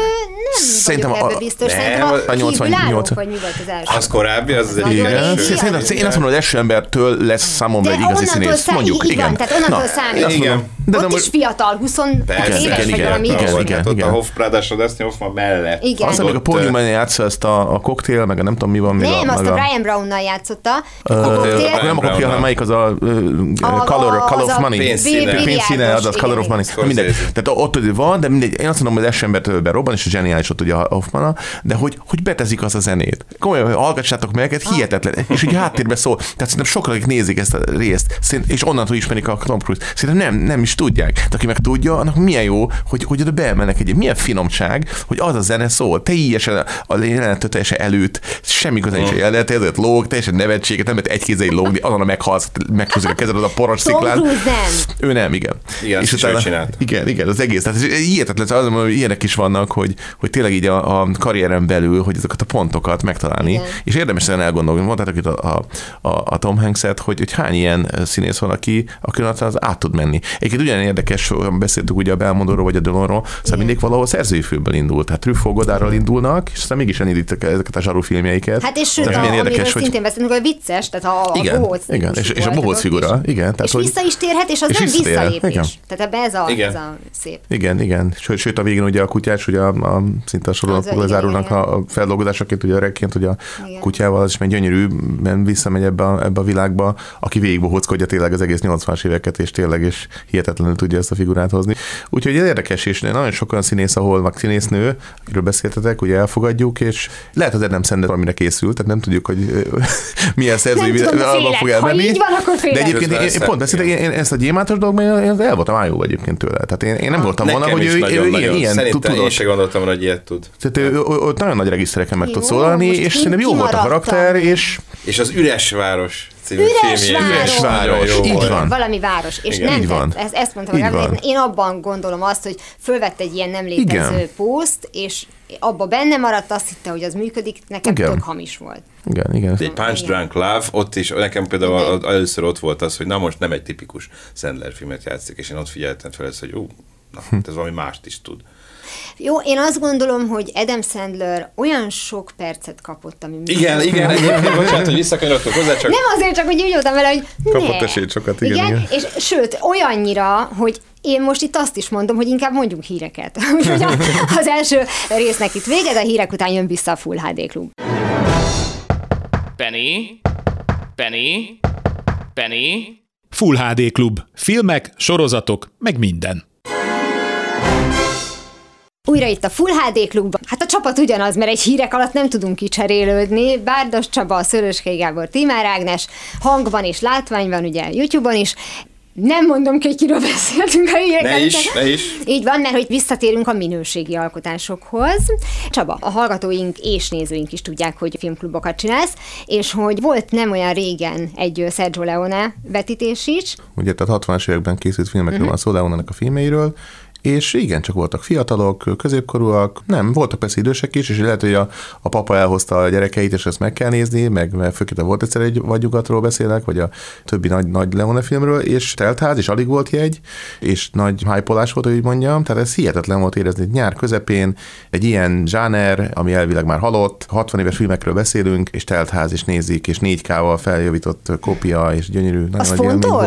Speaker 2: ebben biztos. Szerintem a 88 vagy mi volt az első?
Speaker 3: Az korábbi, az egy
Speaker 4: Szerintem én azt mondom, hogy esőembertől lesz számomra egy igazi színész. Mondjuk, igen.
Speaker 2: Tehát onnantól számít.
Speaker 4: De
Speaker 2: ott is fiatal, 27 éves vagy valami.
Speaker 3: Igen. A Hofprádás, a Dustin Hoffman mellett.
Speaker 2: Igen.
Speaker 4: Aztán még a Paul Newman játsza ezt a koktél, meg nem tudom mi van.
Speaker 2: Nem, azt a Ryan Brownnal játszotta.
Speaker 4: Nem a koktél, hanem melyik az a Color of Money. Pénzszíne, az Color of Money. Mindegy. Tehát ott van, de mindegy. Én azt mondom, hogy az esőembertől berobban, és a zseniális ott ugye a Hoffman, de hogy beteszik azt a zenét. Komolyan, hogy hallgassátok meg, ez hihetetlen. És úgy háttérbe szól. Tehát szerintem sokan, akik nézik ezt a részt, és onnantól ismerik a Tom Cruise. Szerintem nem is tudják. De aki meg tudja, annak milyen jó, hogy oda beemelnek egy milyen finomság, hogy az a zene szól. Teljesen a jelenettől teljesen előtt, semmi köze nincs a jelenet, ezért lóg, teljesen nevetséget, nem lehet egy kézzel lógni, azonnal meghalsz, meghúzik a kezed az a poros sziklán.
Speaker 2: Tom Cruise nem.
Speaker 4: Ő nem, igen.
Speaker 3: És utána csinált.
Speaker 4: Igen, az egész. Tehát hihetetlen, az mondom, hogy ilyenek is vannak, hogy tényleg így a karrieren belül, hogy ezeket a pontokat megtalálni. Igen. És érdemes ezen elgondolni. Mondtátok itt a Tom Hanks-et, hogy hány ilyen színész van, aki az át tud menni. Egyébként ugyanilyen érdekes, beszéltük ugye a Belmondóról vagy a Delonról, szóval mindig valahol szerzői filmből indult. Tehát Truffaut, Godardról indulnak, és aztán mégis elindítottak ezeket a zsarufilmjeiket.
Speaker 2: Hát és sőt, amiről szintén beszélünk, hogy vicces, tehát a bohóc.
Speaker 4: Igen, és a bohóc figura. Igen,
Speaker 2: és vissza is térhet, és az nem visszalépés. Tehát ebbe ez a szép.
Speaker 4: Igen. Sőt, a végén ugye a kutyás, ugye szinte a sorozatok lezárulnak a feldolgozásaként, ugye öregként, ugye a kutyával, és meg gyönyörűen visszamegy ebbe a világba, aki végigbohóckodja tényleg az egész 80-as éveket, és tényleg is hihetetlenül tudja ezt a figurát hozni. Úgyhogy ez érdekes, és nagyon sok olyan színész, ahol meg színésznő, akiről beszéltetek, ugye elfogadjuk, és lehet az Adam Sandler valamire készült, tehát nem tudjuk, hogy milyen szerzői alapban fog elmenni.
Speaker 2: Így van, akkor
Speaker 4: de egyébként én pont beszéltek, én ezt a gyémántos dolgban én el voltam ájulva egyébként tőle. Tehát én nem voltam volna, hogy ő ilyen
Speaker 3: szerintem én sem gondoltam, hogy ilyet tud.
Speaker 4: Tehát ő nagyon nagy regisztereken meg tud szólalni, és szerintem jó volt a karakter, és
Speaker 3: az Üres város.
Speaker 2: Üres város.
Speaker 4: Így van.
Speaker 2: Valami város. És igen, nem van. Ezt mondtam magam, én abban gondolom azt, hogy fölvett egy ilyen nem létező poszt, és abba benne maradt, azt hitte, hogy az működik, nekem tök hamis volt.
Speaker 4: Igen.
Speaker 3: Egy Punch Drunk Love, ott is, nekem például először ott volt az, hogy na most nem egy tipikus Sandler filmet játszik, és én ott figyeltem fel ezt, hogy ez valami mást is tud.
Speaker 2: Jó, én azt gondolom, hogy Adam Sandler olyan sok percet kapott, ami...
Speaker 3: Igen, bocsánat, hogy visszakanyarodtok hozzá, csak...
Speaker 2: Nem azért, csak hogy úgy voltam vele, hogy
Speaker 4: kapott esélyt sokat, igen.
Speaker 2: És sőt, olyannyira, hogy én most itt azt is mondom, hogy inkább mondjunk híreket. Úgyhogy az első résznek itt vége, de a hírek után jön vissza a Full HD Klub.
Speaker 1: Penny. Full HD Klub. Filmek, sorozatok, meg minden.
Speaker 2: Újra itt a Full HD Klubban. Hát a csapat ugyanaz, mert egy hírek alatt nem tudunk kicserélődni. Bárdos Csaba, Szöröskei Gábor, Timár Ágnes, hangban és látványban, ugye YouTube-on is. Nem mondom ki, hogy kiről beszéltünk a hírek.
Speaker 3: Ne is.
Speaker 2: Így van, mert hogy visszatérünk a minőségi alkotásokhoz. Csaba, a hallgatóink és nézőink is tudják, hogy filmklubokat csinálsz, és hogy volt nem olyan régen egy Sergio Leone vetítés is.
Speaker 4: Ugye, tehát 60-as években készült filmekről van szó, Leone-nek a filmeiről, és igen, csak voltak fiatalok, középkorúak, nem, voltak persze idősek is, és lehet, hogy a papa elhozta a gyerekeit, és ezt meg kell nézni, meg főként volt egyszer egy Vagy nyugatról beszélek, vagy a többi nagy Leone filmről, és teltház, és alig volt jegy, és nagy hype-olás volt, hogy úgy mondjam, tehát ez hihetetlen volt érezni, nyár közepén egy ilyen zsáner, ami elvileg már halott, 60 éves filmekről beszélünk, és teltház, és nézik, és 4K-val feljavított kopia, és gyönyörű, nagyon nagy élmény volt.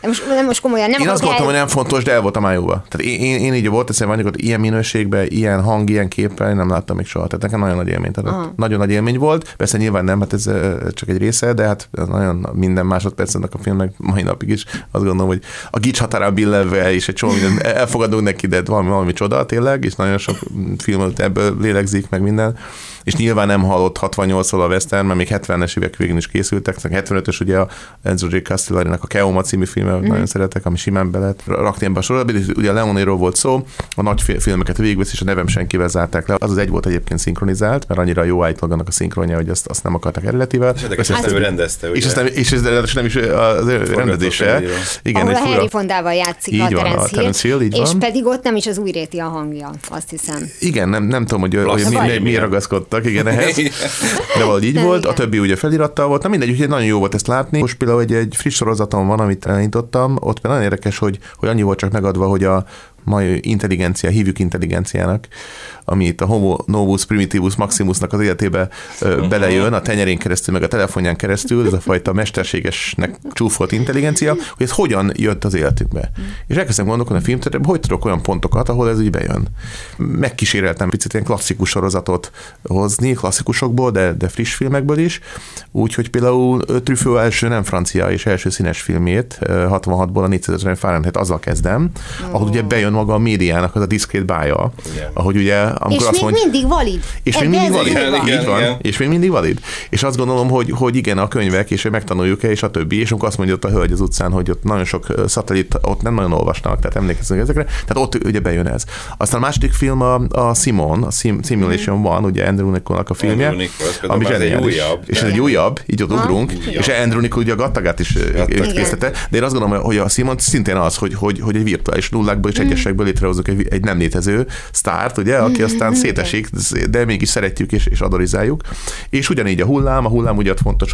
Speaker 2: Most komolyan nem.
Speaker 4: Én azt gondoltam, hogy nem fontos, de el voltam májóba. Tehát én így volt, teszem vagyok, ilyen minőségben, ilyen hang, ilyen képpel nem láttam még soha. Tehát nekem nagyon nagy élmény. Tehát nagyon nagy élmény volt. Persze nyilván nem, hát ez csak egy része, de hát nagyon minden másodperc ennek a filmnek mai napig is. Azt gondolom, hogy a gics határán billenve és egy csomó minden elfogadunk neki, de valami csoda tényleg, és nagyon sok film ebből lélegzik meg minden. És nyilván nem hallott 68-szor a western, mert még 70-es évek végén is készültek. 75-ös ugye a Enzo J. Castellarinak a Keoma című filme, nagyon szeretek, ami simán be lehet rakni ebbe a sorba. Ugye a Leonéról volt szó, a nagy filmeket végigvesz, és a Nevem senkivel zárták le. Az egy volt egyébként szinkronizált, mert annyira jó állítólag annak a szinkronja, hogy azt nem akarták eredetivel.
Speaker 3: És ezt ő rendezte, ugye?
Speaker 4: És ez nem is az rendezése.
Speaker 2: Igen, ahol a Henry Fondával játszik
Speaker 4: így
Speaker 2: a
Speaker 4: van,
Speaker 2: Terence Hill, és
Speaker 4: van.
Speaker 2: pedig ott nem is az Újréti a hangja, azt hiszem.
Speaker 4: Igen, nem tudom, hogy mi ragaszkodtak, igen, ehhez. De valahogy így volt, a többi ugye felirattal volt, na mindegy, úgyhogy nagyon jó volt ezt látni. Most például egy friss sorozatom van, amit elindítottam, ott például nagyon érdekes, hogy annyi volt csak megadva, hogy a mai intelligencia, hívjuk intelligenciának, ami itt a Homo novus primitivus maximusnak az életébe belejön, a tenyerén keresztül, meg a telefonján keresztül, ez a fajta mesterségesnek csúfolt intelligencia, hogy ez hogyan jött az életünkbe. És elkezdtem gondolkodni a filmterületben, hogy tudok olyan pontokat, ahol ez így bejön. Megkíséreltem picit ilyen klasszikus sorozatot hozni, klasszikusokból, de friss filmekből is, úgyhogy például Truffaut első nem francia és első színes filmét, 66-ból a 450 Fahrenheit, azzal kezdem, ahol ugye bejön maga a médiának az a diszkrét bája, ahogy ugye, amikor
Speaker 2: és
Speaker 4: azt
Speaker 2: még mindig valid.
Speaker 4: És még mindig valid.
Speaker 3: Igen,
Speaker 4: így van.
Speaker 3: igen.
Speaker 4: És még mindig valid. És azt gondolom, hogy igen, a könyvek, és megtanuljuk-e, és a többi, és amikor azt mondja ott a hölgy az utcán, hogy ott nagyon sok szatellit, ott nem nagyon olvasnak, tehát emlékeznek ezekre, tehát ott ugye bejön ez. Aztán a második film a Simon, a Simulation van, ugye Andrew Nicole-nak a filmje, ami zseniális. És ez egy újabb, így ott ugrunk, és Andrew Nicole ugye a Gattagát is készítette, de én azt gondolom, hogy a Simon szintén az, hogy egy virtuális nullákból és egyesekből létrehozunk egy nem létező sztárt, ugye, aki aztán szétesik, de mégis szeretjük és adorizáljuk. És ugyanígy a hullám ugye fontos,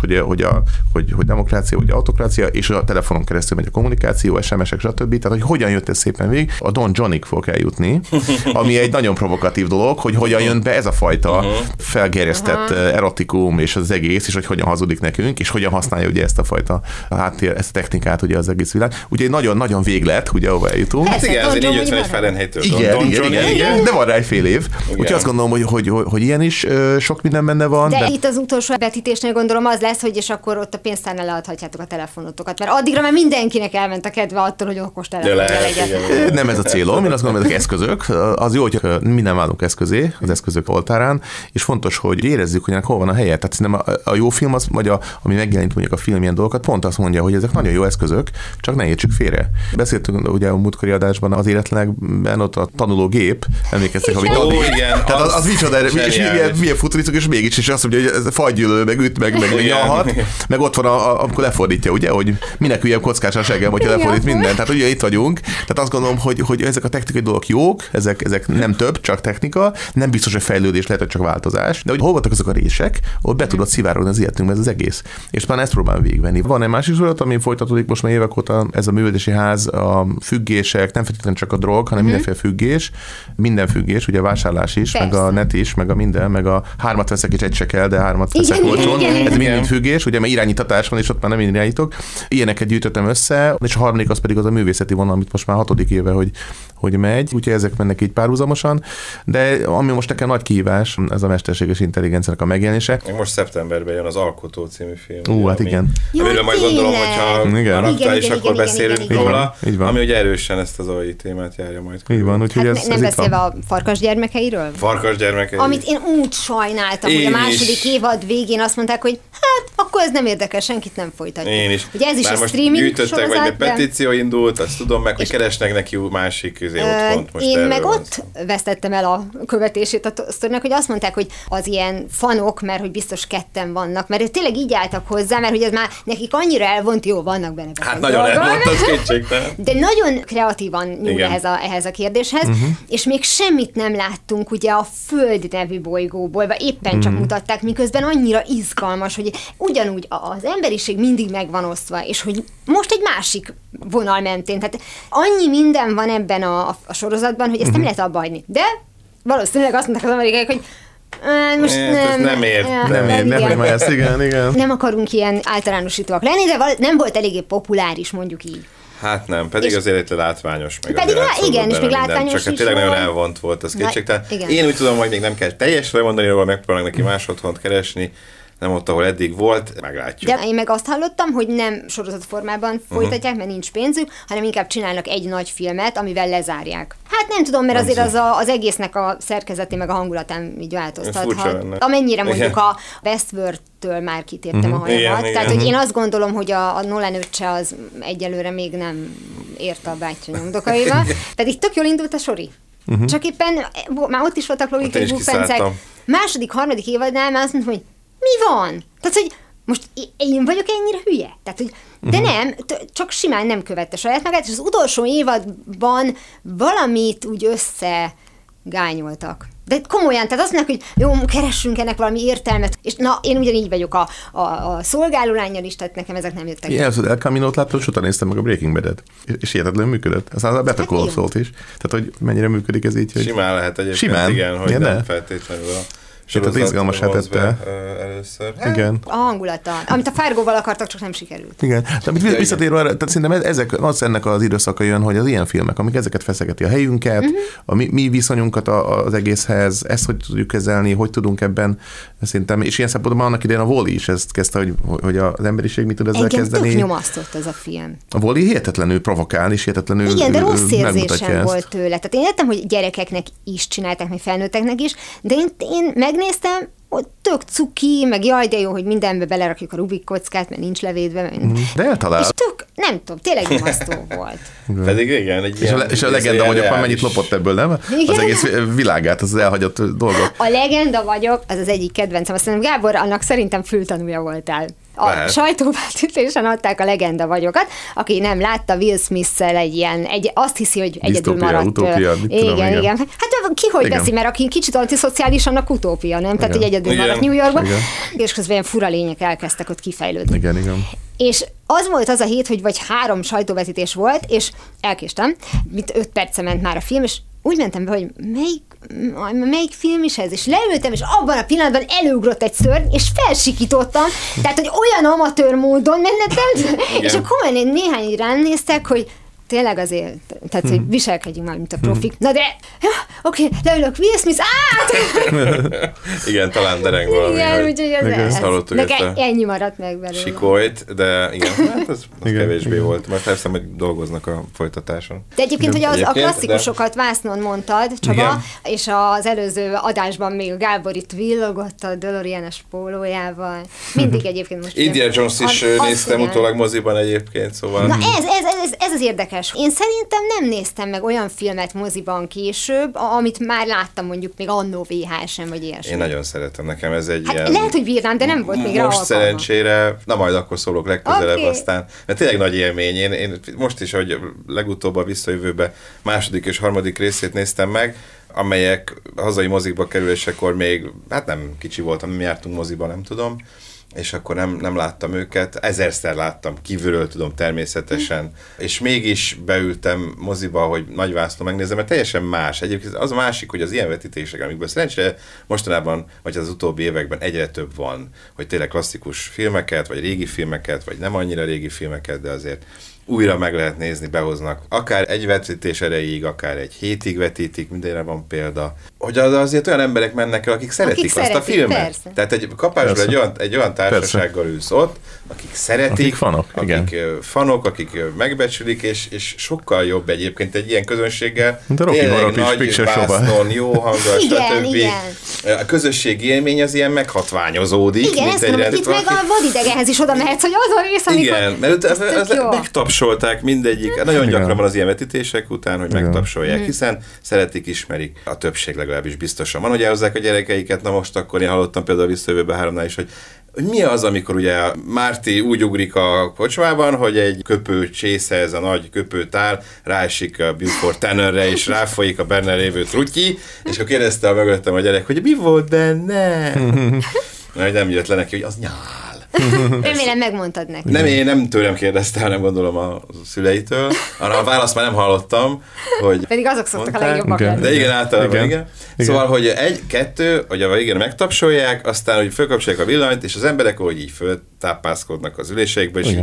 Speaker 4: hogy demokrácia, vagy autokrácia, és a telefonon keresztül megy a kommunikáció, SMS-ek, stb. Tehát, hogy hogyan jött ez szépen végig, a Don Johnig fog eljutni, ami egy nagyon provokatív dolog, hogy hogyan jön be ez a fajta felgerjesztett erotikum és az egész, és hogy hogyan hazudik nekünk, és hogyan használja ugye ezt a fajta háttér, ezt a technikát ugye az egész világ. Ugye egy nagyon-nagyon véglet, ugye ahova eljutunk.
Speaker 3: Hát igen, azért 451 Fahrenheit-től.
Speaker 4: Igen, de van rá egy fél év. Úgyhogy azt gondolom, hogy ilyen is sok minden benne van.
Speaker 2: De itt az utolsó vetítésnél gondolom az lesz, hogy és akkor ott a pénztárnál leadhatjátok a telefonotokat, mert addigra már mindenkinek elment a kedve attól, hogy okos telefonja legyen.
Speaker 4: Nem ez a célom, én azt gondolom, hogy ezek eszközök. Az jó, hogy mi nem állunk eszközé, az eszközök oltárán, és fontos, hogy érezzük, hogy hol van a helye. Tehát szerintem a jó film az, vagy ami megjelent mondjuk a film ilyen dolgokat, pont azt mondja, hogy ezek nagyon jó eszközök, csak ne értsük félre. Beszéltünk ugye a múltkori adásban az életlenekben ott a tanulógép, emlékeztek, amit
Speaker 3: igen,
Speaker 4: tehát az micsoda, és milyen futurisztok, és mégis is azt mondja, hogy ez fagygyűlölő, meg üt, meg nyalhat, meg ott van, amikor lefordítja, ugye, hogy minek üljebb kockás a seggem, hogyha lefordít mindent. Tehát ugye itt vagyunk. Tehát azt gondolom, hogy ezek a technikai dolgok jók, ezek nem több, csak technika, nem biztos, hogy fejlődés, lehet, hogy csak változás, de hogy hol voltak azok a rések, ott be tudod szivárogni az életünkbe ez az egész. És talán ezt próbálom végigvenni. Van egy másik sorozat, ami folytatódik most már évek óta, ez a művelési ház, a függések, nem feltétlenül csak a drog, hanem mindenféle függés, minden függés, ugye a vásárlás is, persze, meg a net is, meg a minden, meg a 3 veszek és egy se kell, de 3 veszek olcsón. Ez mind függés, ugye, mert irányítatás van, és ott már nem irányítok. Ilyeneket gyűjtöttem össze, és a harmadik az pedig az a művészeti vonal, amit most már 6. éve, hogy megy, úgyhogy ezek mennek így párhuzamosan, de ami most nekem nagy kihívás, ez a mesterséges intelligenciának a megjelenése.
Speaker 3: Most szeptemberben jön az Alkotó című film.
Speaker 4: Hát igen.
Speaker 3: Amiről majd gondolom, hogyha már aktuális, akkor beszélünk róla, ami ugye erősen ezt az AI témát járja majd.
Speaker 4: Így van, úgyhogy
Speaker 2: hát nem beszélve a Farkas gyermekeiről?
Speaker 3: Farkas gyermekei.
Speaker 2: Amit én úgy sajnáltam, hogy a második évad végén azt mondták, hogy hát akkor ez nem érdekel, senkit nem folytatjuk.
Speaker 3: Én is.
Speaker 2: Ugye ez is
Speaker 3: bár
Speaker 2: egy streaming
Speaker 3: gyűjtöttek,
Speaker 2: sorozat,
Speaker 3: vagy petíció indult, azt tudom meg, hogy keresnek neki másik otthont. Most
Speaker 2: én meg ott vesztettem el a követését a sztorinak, hogy azt mondták, hogy az ilyen fanok, mert hogy biztos ketten vannak, mert tényleg így álltak hozzá, mert hogy ez már nekik annyira elvont, jó, vannak benne.
Speaker 3: Hát nagyon elvont, az kétségtelen.
Speaker 2: De nagyon kreatívan nyúl ehhez a kérdéshez, és még semmit nem láttunk ugye a Föld nevű bolygóból, vagy éppen csak mutatták, miközben annyira izgalmas, hogy ugyanúgy az emberiség mindig megvan osztva, és hogy most egy másik vonal mentén. Tehát annyi minden van ebben a sorozatban, hogy ezt nem lehet abba hagyni. De valószínűleg azt mondták az amerikaiak, hogy most
Speaker 4: igen.
Speaker 2: Nem akarunk ilyen általánosítóak lenni, de nem volt eléggé populáris, mondjuk így.
Speaker 3: Hát nem, pedig azért látványos. Meg
Speaker 2: pedig igen, és még látványos is
Speaker 3: csak tényleg nagyon elvont volt az kétségtelen. Én úgy tudom, hogy még nem kell teljesen lemondani róla, megpróbálnak neki más otthont keresni, nem ott, ahol eddig volt, meglátjuk.
Speaker 2: De én meg azt hallottam, hogy nem sorozatformában folytatják, mert nincs pénzük, hanem inkább csinálnak egy nagy filmet, amivel lezárják. Hát nem tudom, mert azért az egésznek a szerkezetén meg a hangulatán így változtathat. Amennyire mondjuk a Westworld-től már kitéptem a hajamat. Tehát, hogy én azt gondolom, hogy a Nolan öccse az egyelőre még nem ért a bátyja nyomdokaival. Pedig tök jól indult a sori. Csak éppen már ott is voltak logikai bukfencek. Második, harmadik évadnál már azt mondtam, hogy mi van? Tehát, hogy most én vagyok ennyire hülye? Tehát, hogy de nem, csak simán nem követte saját magát, és az utolsó évadban valamit úgy összegányoltak. De komolyan, tehát azt mondják, hogy jó, keressünk ennek valami értelmet, és na, én ugyanígy vagyok a szolgálólánnyal is, tehát nekem ezek nem jöttek.
Speaker 4: Igen, El Camino-t láttam, és utána néztem meg a Breaking Bad-et, és hihetetlenül működött. Aztán a Better Call Saul-t is. Tehát, hogy mennyire működik ez így, hogy...
Speaker 3: Simán lehet egyébként, igen, hogy nem feltétlenül
Speaker 4: tehát izgalmasá tette.
Speaker 3: Először.
Speaker 2: Igen. A hangulata, amit a Fargóval akartak, csak nem sikerült.
Speaker 4: Igen. De amit visszatérve arra, tehát szerintem ennek az időszaka jön, hogy az ilyen filmek, amik ezeket feszegeti a helyünket, a mi viszonyunkat az egészhez, ezt hogy tudjuk kezelni, hogy tudunk ebben szerintem, és ilyen szempontból annak idején a Wall-E is ezt kezdte, hogy az emberiség mit tud ezzel kezdeni.
Speaker 2: Engem tök nyomasztott ez a film.
Speaker 4: A Wall-E hihetetlenül provokál, és hihetetlenül
Speaker 2: igen, de rossz érzésem volt tőle. Tehát én értem, hogy gyerekeknek is csinálták, meg felnőtteknek is, de én megnéztem, hogy tök cuki, meg jaj, de jó, hogy mindenbe belerakjuk a Rubik kockát, mert nincs levédve.
Speaker 4: De eltalál.
Speaker 2: És tök, nem tudom, tényleg nyomasztó volt.
Speaker 3: Pedig igen.
Speaker 4: És a legenda vagyok, már mennyit lopott ebből, nem? Igen? Az egész világát, az elhagyott dolgok.
Speaker 2: A legenda vagyok, az egyik kedvencem. Azt mondom, Gábor, annak szerintem fültanúja voltál. A sajtóváltítésen adták a legenda vagyokat, aki nem látta Will Smith-szel azt hiszi, hogy egyedül maradt.
Speaker 4: Utópia,
Speaker 2: igen. Hát ki hogy veszi, mert aki kicsit antiszociális, annak utópia, nem? Tehát, hogy egyedül maradt New Yorkban. És közben ilyen fura lények elkezdtek ott kifejlődni.
Speaker 4: Igen.
Speaker 2: És az volt az a hét, hogy vagy 3 sajtóvetítés volt, és elkéstem, 5 perce ment már a film, és úgy mentem be, hogy melyik film is ez? És leültem, és abban a pillanatban előugrott egy szörny, és felsikítottam, tehát, hogy olyan amatőr módon mentem, és akkor komolyan néhány rám néztek, hogy tényleg azért, tehát, hogy viselkedjünk már, mint a profik. Na de, oké, leülök, Will Smith,
Speaker 3: igen, talán dereng valami.
Speaker 2: Igen, úgyhogy ez
Speaker 3: nekem
Speaker 2: ennyi maradt meg belőle.
Speaker 3: Sikolyt, de igen, hát az kevésbé volt. Majd persze, hogy dolgoznak a folytatáson.
Speaker 2: De egyébként, hogy a klasszikusokat vásznon mondtad, Csaba, és az előző adásban még a Gábor itt villogott a DeLorean-es pólójával. Mindig egyébként most...
Speaker 3: Indiana Jones is néztem utólag moziban egyébként, szóval...
Speaker 2: Na ez az érdekes. Én szerintem nem néztem meg olyan filmet moziban később, amit már láttam mondjuk még annó VHS-en, vagy ilyesmi.
Speaker 3: Én nagyon szeretem, nekem ez egy ilyen...
Speaker 2: Lehet, hogy bírnám, de nem volt még rá
Speaker 3: most szerencsére, na majd akkor szólok legközelebb aztán. Mert tényleg nagy élmény. Én most is, hogy legutóbb a Visszajövőbe második és harmadik részét néztem meg, amelyek hazai mozikba kerülésekor még, hát nem kicsi voltam, nem jártunk moziba, nem tudom, és akkor nem láttam őket. 1000-szer láttam, kívülről tudom természetesen, és mégis beültem moziba, hogy nagyvászló megnézem, mert teljesen más. Egyébként az a másik, hogy az ilyen vetítések, amikből szerencsére mostanában, vagy az utóbbi években egyre több van, hogy tényleg klasszikus filmeket, vagy régi filmeket, vagy nem annyira régi filmeket, de azért újra meg lehet nézni, behoznak. Akár egy vetítés erejéig, akár egy hétig vetítik, mindenre van példa. Hogy azért olyan emberek mennek el, akik szeretik azt a filmet. Persze. Tehát egy kapásban egy olyan társasággal ülsz ott, akik szeretik, akik megbecsülik, és sokkal jobb egyébként egy ilyen közönséggel.
Speaker 4: De Rocky Horror Picture Show-ban.
Speaker 3: Jó hanggal, stb. A közösségi élmény az ilyen meghatványozódik.
Speaker 2: Igen, ezt mondom, itt meg a vadidegenhez is oda mehetsz, hogy az a rész, amikor...
Speaker 3: Igen, mert megtapsolták mindegyik. Nagyon gyakran van az ilyen vetítések után, hogy megtapsolják, hiszen szeretik, ismerik. A többség legalábbis biztosan van, hogy elhozzák a gyerekeiket. Na most akkor én hallottam például a Visszajövőbe 3-nál is, hogy mi az, amikor ugye Márti úgy ugrik a kocsmában, hogy egy köpő csésze, ez a nagy köpőtál, ráesik a Beaufort Tannerre, és ráfolyik a benne lévő trutyi, és akkor kérdezte a mögöttem a gyerek, hogy mi volt benne? Nem jött le neki, hogy az nyál.
Speaker 2: Remélem megmondtad neki.
Speaker 3: Nem, én nem tőlem kérdezte, hanem gondolom a szüleitől. Arra a választ már nem hallottam, hogy...
Speaker 2: Pedig azok szoktak a legjobbak lenni.
Speaker 3: De igen, általában igen. Szóval, hogy 1-2, hogy a végén megtapsolják, aztán, hogy fölkapcsolják a villanyt, és az emberek, hogy így föltápászkodnak az üléseikbe, és így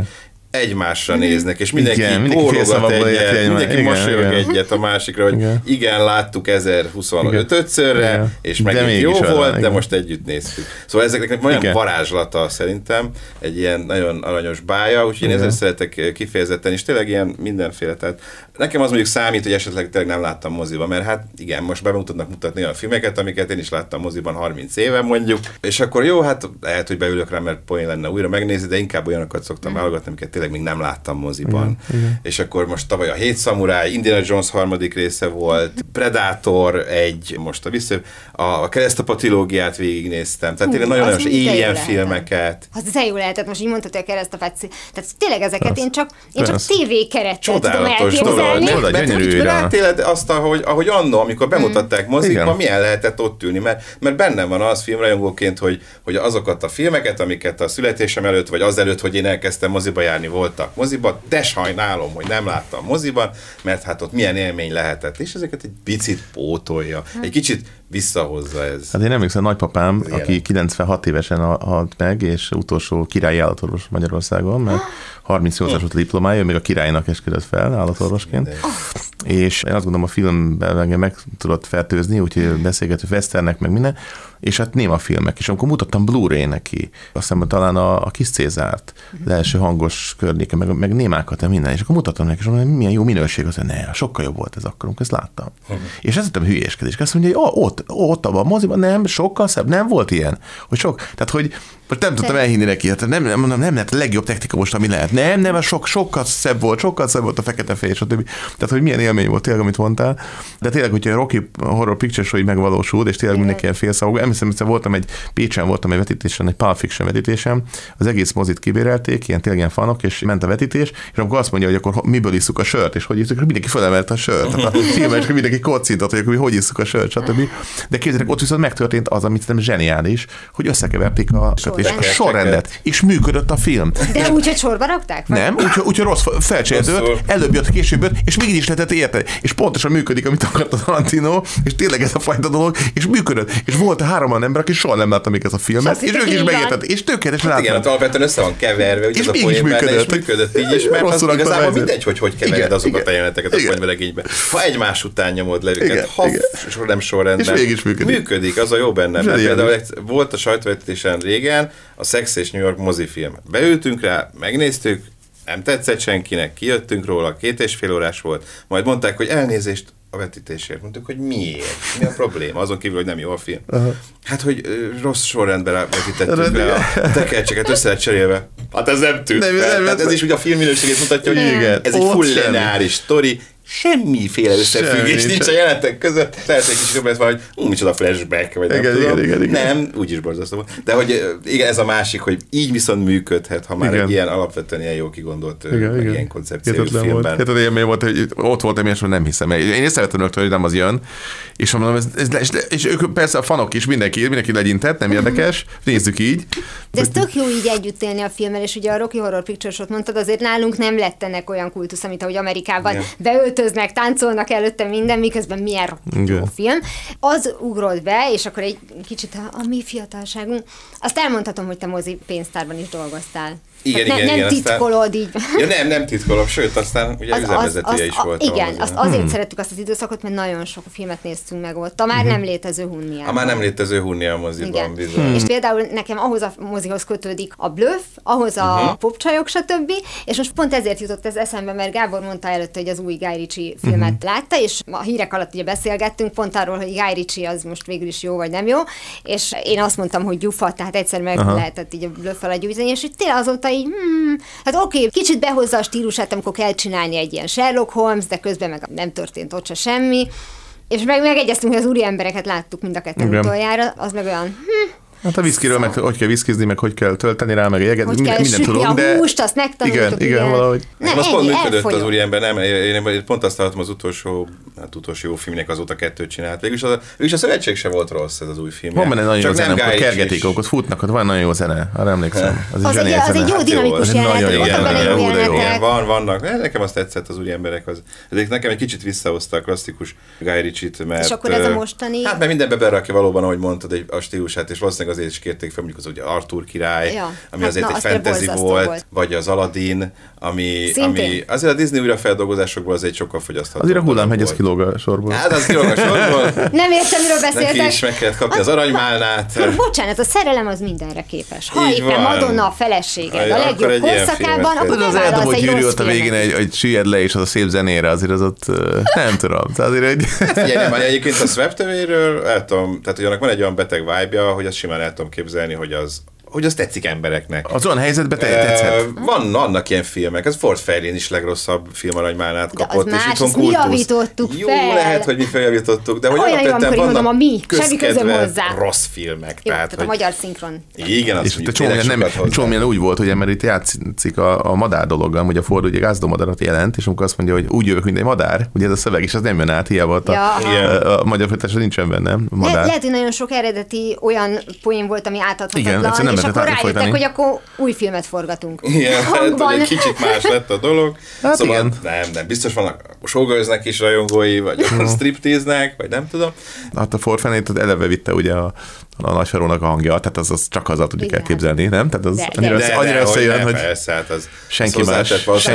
Speaker 3: egymásra néznek, és mindenki bólogat egyet, mindenki mosolyog egyet a másikra, hogy igen, láttuk 1025-szörre, és megint jó volt, de most együtt néztük. Szóval ezeknek olyan varázslata szerintem, egy ilyen nagyon aranyos bája, úgyhogy én ezzel szeretek kifejezetten, és tényleg ilyen mindenféle. Tehát nekem az mondjuk számít, hogy esetleg tényleg nem láttam moziban, mert hát igen, most be tudnak mutatni olyan filmeket, amiket én is láttam moziban 30 éve mondjuk, és akkor jó, hát lehet, hogy beülök rá, mert poén lenne újra megnézni, de inkább olyanokat szoktam válogatni, amiket tényleg még nem láttam moziban. És akkor most tavaly a 7 szamuráj, Indiana Jones 3. része volt, Predator 1, most a Keresztapa trilógiát végignéztem, tehát tényleg nagyon-nagyon Alien filmeket.
Speaker 2: Az jó lehetett, most így mondtad, hogy a Keresztapát, tehát tényleg ezeket én csak tévékerettel tudom elképzelni.
Speaker 3: Mert rátéled azt, ahogy annó, amikor bemutatták mozikban, milyen lehetett ott ülni, mert bennem van az filmrajongóként, hogy azokat a filmeket, amiket a születésem előtt, vagy azelőtt, hogy én elkezdtem moziba járni, voltak moziban, de sajnálom, hogy nem láttam moziban, mert hát ott milyen élmény lehetett, és ezeket egy picit pótolja, egy kicsit visszahozza ez.
Speaker 4: Hát én emlékszem, nagypapám, aki 96 évesen halt meg, és utolsó királyi állatorvos Magyarországon, mert 38-as volt a diplomája, még a királynak esküdött fel állatorvosként. És én azt gondolom, a filmben engem meg tudott fertőzni, úgyhogy beszélgető Westernek, meg minden, és hát néma filmek. És amikor mutattam Blu-ray neki, azt hiszem, talán a Kis Cézárt, első hangos környéke, meg némákat, minden, és akkor mutattam neki, és mondom, hogy milyen jó minőség, az, ne, sokkal jobb volt ez akkor, amikor ezt láttam. És ez a hülyéskedés. Azt mondja, hogy ott abban a moziban, nem, sokkal szebb, nem volt ilyen. Tehát, hogy most nem tudtam elhinni neki, hát nem lehet a legjobb technika most, ami lehet. Nem, sokkal szebb volt a fekete-fehér, stb. Tehát, hogy milyen élmény volt tényleg, amit mondtál. De tényleg, hogyha a Rocky Horror Picture Show megvalósult, és tényleg mindenki ilyen félszavú. Emlékszem, Pécsen voltam egy vetítésen, egy Pulp Fiction vetítésen, az egész mozit kibérelték, tényleg ilyen fanok, és ment a vetítés, és amikor azt mondja, hogy akkor miből isszuk a sört, és hogy isszuk, mindenki felemelte a sört. Tehát a filmen, és mindenki kocintott, hogy hogy isszuk a sört, stb. De képzeljétek, ott viszont megtörtént az, amit szerintem zseniális, hogy összekeverték a sorrendet, és működött a film.
Speaker 2: De úgy, hogy sorba rakták?
Speaker 4: Nem, úgy, hogy rossz felcserélődött, előbb jött, később jött, és mégis lehetett érteni. És pontosan működik, amit akart a Tarantino, és tényleg ez a fajta dolog, és működött. És volt 3 ember, aki soha nem látta még ezt a filmet, és ők is megértették, és tökéletesen látták.
Speaker 3: Igen, alapvetően össze van keverve,
Speaker 4: és mégis működött.
Speaker 3: Működött így is, mert az igazából mindegy, hogy kevered azokat a jeleneteket a könyvelegénybe. Ha egymás után nyomod le őket, nem sorrendben.
Speaker 4: És mégis
Speaker 3: működik, az a jó benne. Például volt a sajtóvetítésen régen a Sex és New York mozifilm. Beültünk rá, megnéztük, nem tetszett senkinek, kijöttünk róla, 2,5 órás volt, majd mondták, hogy elnézést a vetítésért. Mondtuk, hogy miért? Mi a probléma? Azon kívül, hogy nem jó a film. Hát, hogy rossz sorrendben vetítettük le a tekercseket, össze lett cserélve. Hát ez nem tűnt fel. Tehát ez is ugye a filmminőségét mutatja, hogy ez egy full lineáris sztori, semmiféle összefüggés nincs a jelenetek között. Lehet, hogy egy kicsit jobb lesz valahogy, micsoda flashback, vagy nem tudom. Igen. Nem, úgyis borzasztó volt. De hogy igen, ez a másik, hogy így viszont működhet, ha már egy ilyen alapvetően ilyen jó kigondolt, ilyen koncepciójú filmben.
Speaker 4: Hát az élmény volt, hogy ott voltam, és nem hiszem. Én észrevettem rögtön, hogy nem az jön, és mondom, és ők persze a fanok is, mindenki legyintett, nem érdekes, nézzük így.
Speaker 2: De ez tök jó így együtt élni a filmmel, és ugye a Rocky Horror Picture Show-t mondtad, azért nálunk nem lettenek olyan kultusz, mint ahogy Amerikában beöltöznek, táncolnak előtte minden, miközben milyen jó film. Az ugrott be, és akkor egy kicsit a mi fiatalságunk. Azt elmondhatom, hogy te mozi pénztárban is dolgoztál.
Speaker 3: Igen,
Speaker 2: nem titkolod így.
Speaker 3: Ja, nem titkolom, sőt, aztán ugye üzemvezetője is voltam.
Speaker 2: Igen, azért szerettük azt az időszakot, mert nagyon sok filmet néztünk meg ott. A már nem létező Hunniában.
Speaker 3: A már nem létező Hunnia moziban, bizony.
Speaker 2: És például nekem ahhoz a mozihoz kötődik a Bluff, ahhoz a popcsajok, stb. És most pont ezért jutott ez eszembe, mert Gábor mondta előtte, hogy az új Guy Ritchie filmet látta, és a hírek alatt ugye beszélgettünk pont arról, hogy Guy Ritchie az most végül is jó vagy nem jó, és én azt mondtam, hogy gyufa, tehát egyszer meg lehetett így a Bluff-fel gyújtani, és tényleg azóta így, hát oké, kicsit behozza a stílusát, amikor kell csinálni egy ilyen Sherlock Holmes, de közben meg nem történt ott se semmi, és megegyeztünk, hogy az úri embereket láttuk mind a ketten utoljára, az meg olyan,
Speaker 4: Hát a viszkiről meg hogy kell viszkizni, meg hogy kell tölteni rá, meg jeget,
Speaker 2: minden
Speaker 4: tudok, de...
Speaker 2: a húst, azt megtanultuk.
Speaker 4: Igen, valahogy.
Speaker 3: Az pont működött az úriember, nem? Én pont azt hallottam az utolsó jó filmnek, azóta 2 csinált. Végülis a szövetség se volt rossz ez az új film.
Speaker 4: Van benne nagyon jó zene, amikor kergetik, akkor futnak, ott van nagyon jó zene, arra emlékszem.
Speaker 2: Az egy jó dinamikus jelenet.
Speaker 3: Vannak. Nekem azt tetszett az úriemberek. Ezek nekem egy kicsit visszahozta a klasszikus Guy Ritchie-t, mert...
Speaker 2: És akkor ez a mostani...
Speaker 3: Hát mert mindenbe berakja valóban, ahogy mondtad, a stílusát, és valószínűleg azért is kérték fel, mondjuk az ugye Arthur király, ami azért egy
Speaker 2: az
Speaker 3: fantasy volt, vagy az Aladdin, ami azért a Disney újrafeldolgozásokból az egy sokkal fogyasztható.
Speaker 4: Azért a hullámhegy az kilóg a sorból.
Speaker 3: Hát az kilóg a sorból.
Speaker 2: Nem értem, miről beszéltek.
Speaker 3: Neki is meg kellett kapni az aranymálnát.
Speaker 2: Bocsánat, a szerelem az mindenre képes. Ha éppen Madonna a feleséged a legjobb korszakában, akkor
Speaker 4: nem válasz egy Gyűrű ott a végén, hogy süllyed le, és az a szép zenére, azért az ott nem tudom. Azért egy...
Speaker 3: Egyébként a Swept Away-ről el tudom, tehát hogy annak van egy olyan beteg vibe-ja, hogy azt simán el tudom képzelni, hogy az tetszik embereknek.
Speaker 4: Az olyan helyzetben tetszett?
Speaker 3: Vannak ilyen filmek, ez Ford Fairlane is legrosszabb filmaranymállát kapott,
Speaker 2: és
Speaker 3: itthon
Speaker 2: mi javítottuk
Speaker 3: jó,
Speaker 2: fel.
Speaker 3: lehet, hogy mi feljavítottuk, de hogy
Speaker 2: olyan jó, amikor mondom, a mi, semmi közöm hozzá.
Speaker 3: Rossz filmek.
Speaker 2: Jó, tehát a magyar szinkron.
Speaker 3: Igen, azt
Speaker 4: mondjuk csomó minden úgy volt, hogy mert itt játszik a madár dologgal, hogy a Ford ugye gázdómadarat jelent, és amikor azt mondja, hogy úgy jövök, mint egy madár, ugye ez a szöveg, és az nem jön át, hiába a magyar fordítás nincsen benne.
Speaker 2: Lehet, hogy nagyon sok eredeti olyan poén volt, ami átadhatatlan, és akkor rájöttek, hogy akkor új filmet forgatunk.
Speaker 3: Igen, hát, egy kicsit más lett a dolog.
Speaker 4: Hát
Speaker 3: szóval
Speaker 4: igen.
Speaker 3: Nem, biztos vannak showgirlsnek is rajongói, vagy a striptease-nek, vagy nem tudom.
Speaker 4: Hát a Ford Fairlane eleve vitte ugye a Nagysarónak a hangja, tehát az csak azzal tudjuk elképzelni, nem? Tehát az annyira összejön, hogy
Speaker 3: persze, hát az
Speaker 4: senki más.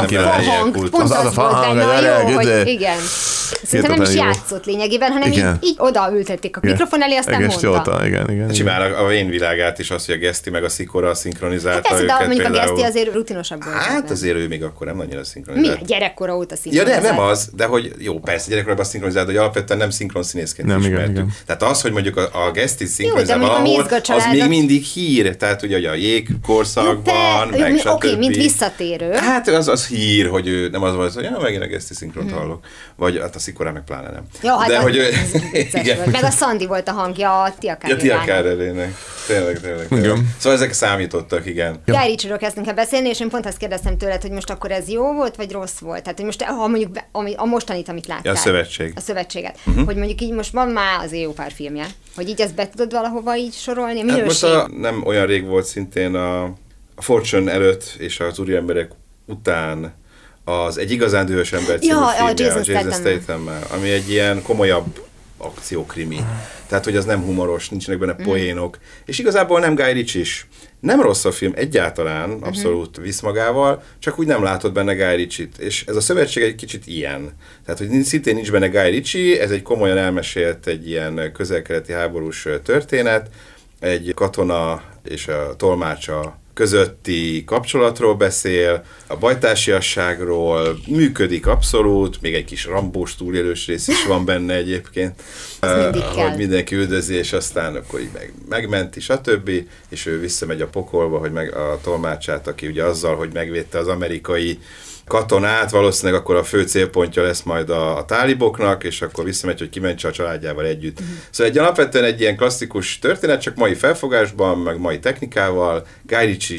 Speaker 2: Pont az volt benne, jó, hogy igen. Szerintem nem is játszott lényegében, hanem így odaültették a mikrofon elé, aztán mondta.
Speaker 4: Igen.
Speaker 3: Csinál a Vén világát is az, hogy a Geszti meg a Szikora szinkronizálta őket.
Speaker 2: De mondjuk a Geszti azért rutinosabb volt.
Speaker 3: Hát azért ő még akkor nem annyira szinkronizált.
Speaker 2: Mi? Gyerekkora óta szinkronizált.
Speaker 3: Ja, nem az, de hogy jó, persze gyerekkorában szinkronizált, hogy alapvetően nem szinkron színészként ismertük. Tehát az, hogy mondjuk a Geszti szinkronizál valahol, az még mindig hír, tehát ugye a jégkorszakban, meg stb.
Speaker 2: Oké, mint visszatérő.
Speaker 3: Hát az hír, hogy ő nem az volt, hogy megint a Geszti szinkront hallok. Vagy hát a Szikorán meg pláne nem.
Speaker 2: Ja, hát
Speaker 3: de hogy
Speaker 2: igen. Meg a Szandi volt a hangja a Tia
Speaker 3: Kárdelének. Tényleg. Szóval ezek számítottak, igen.
Speaker 2: Guy Ritchie-ről kezdtünk el beszélni, és én pont azt kérdeztem tőled, hogy most akkor ez jó volt, vagy rossz volt? Tehát, hogy most, ha mondjuk a mostanit, amit láttál.
Speaker 3: A szövetség.
Speaker 2: A szövetséget. Hogy mondjuk így most van már az jó pár filmje. Hogy így ezt be tudod valahova így sorolni? A minőség?
Speaker 3: Hát most nem olyan rég volt szintén a Fortune előtt és az úriemberek után az Egy igazán dühös ember című filmje, a Jason Statham-mel, ami egy ilyen komolyabb akciókrimi. Tehát, hogy az nem humoros, nincsenek benne poénok. És igazából nem Guy Ritchie is. Nem rossz a film egyáltalán, abszolút visz magával, csak úgy nem látod benne Guy Ritchie-t. És ez a szövetség egy kicsit ilyen. Tehát, hogy szintén nincs benne Guy Ritchie, ez egy komolyan elmesélt egy ilyen közel-keleti háborús történet, egy katona és a tolmácsa közötti kapcsolatról beszél, a bajtársiasságról, működik abszolút, még egy kis rambós túlélős rész is van benne egyébként, hogy mindenki üldözi, és aztán akkor így megmenti, stb. És ő visszamegy a pokolba, hogy meg a tolmácsát, aki ugye azzal, hogy megvédte az amerikai katonát, valószínűleg akkor a fő célpontja lesz majd a táliboknak, és akkor visszamegy, hogy kimentse a családjával együtt. Szóval alapvetően egy ilyen klasszikus történet, csak mai felfogásban, meg mai technikával, Guy Ritchie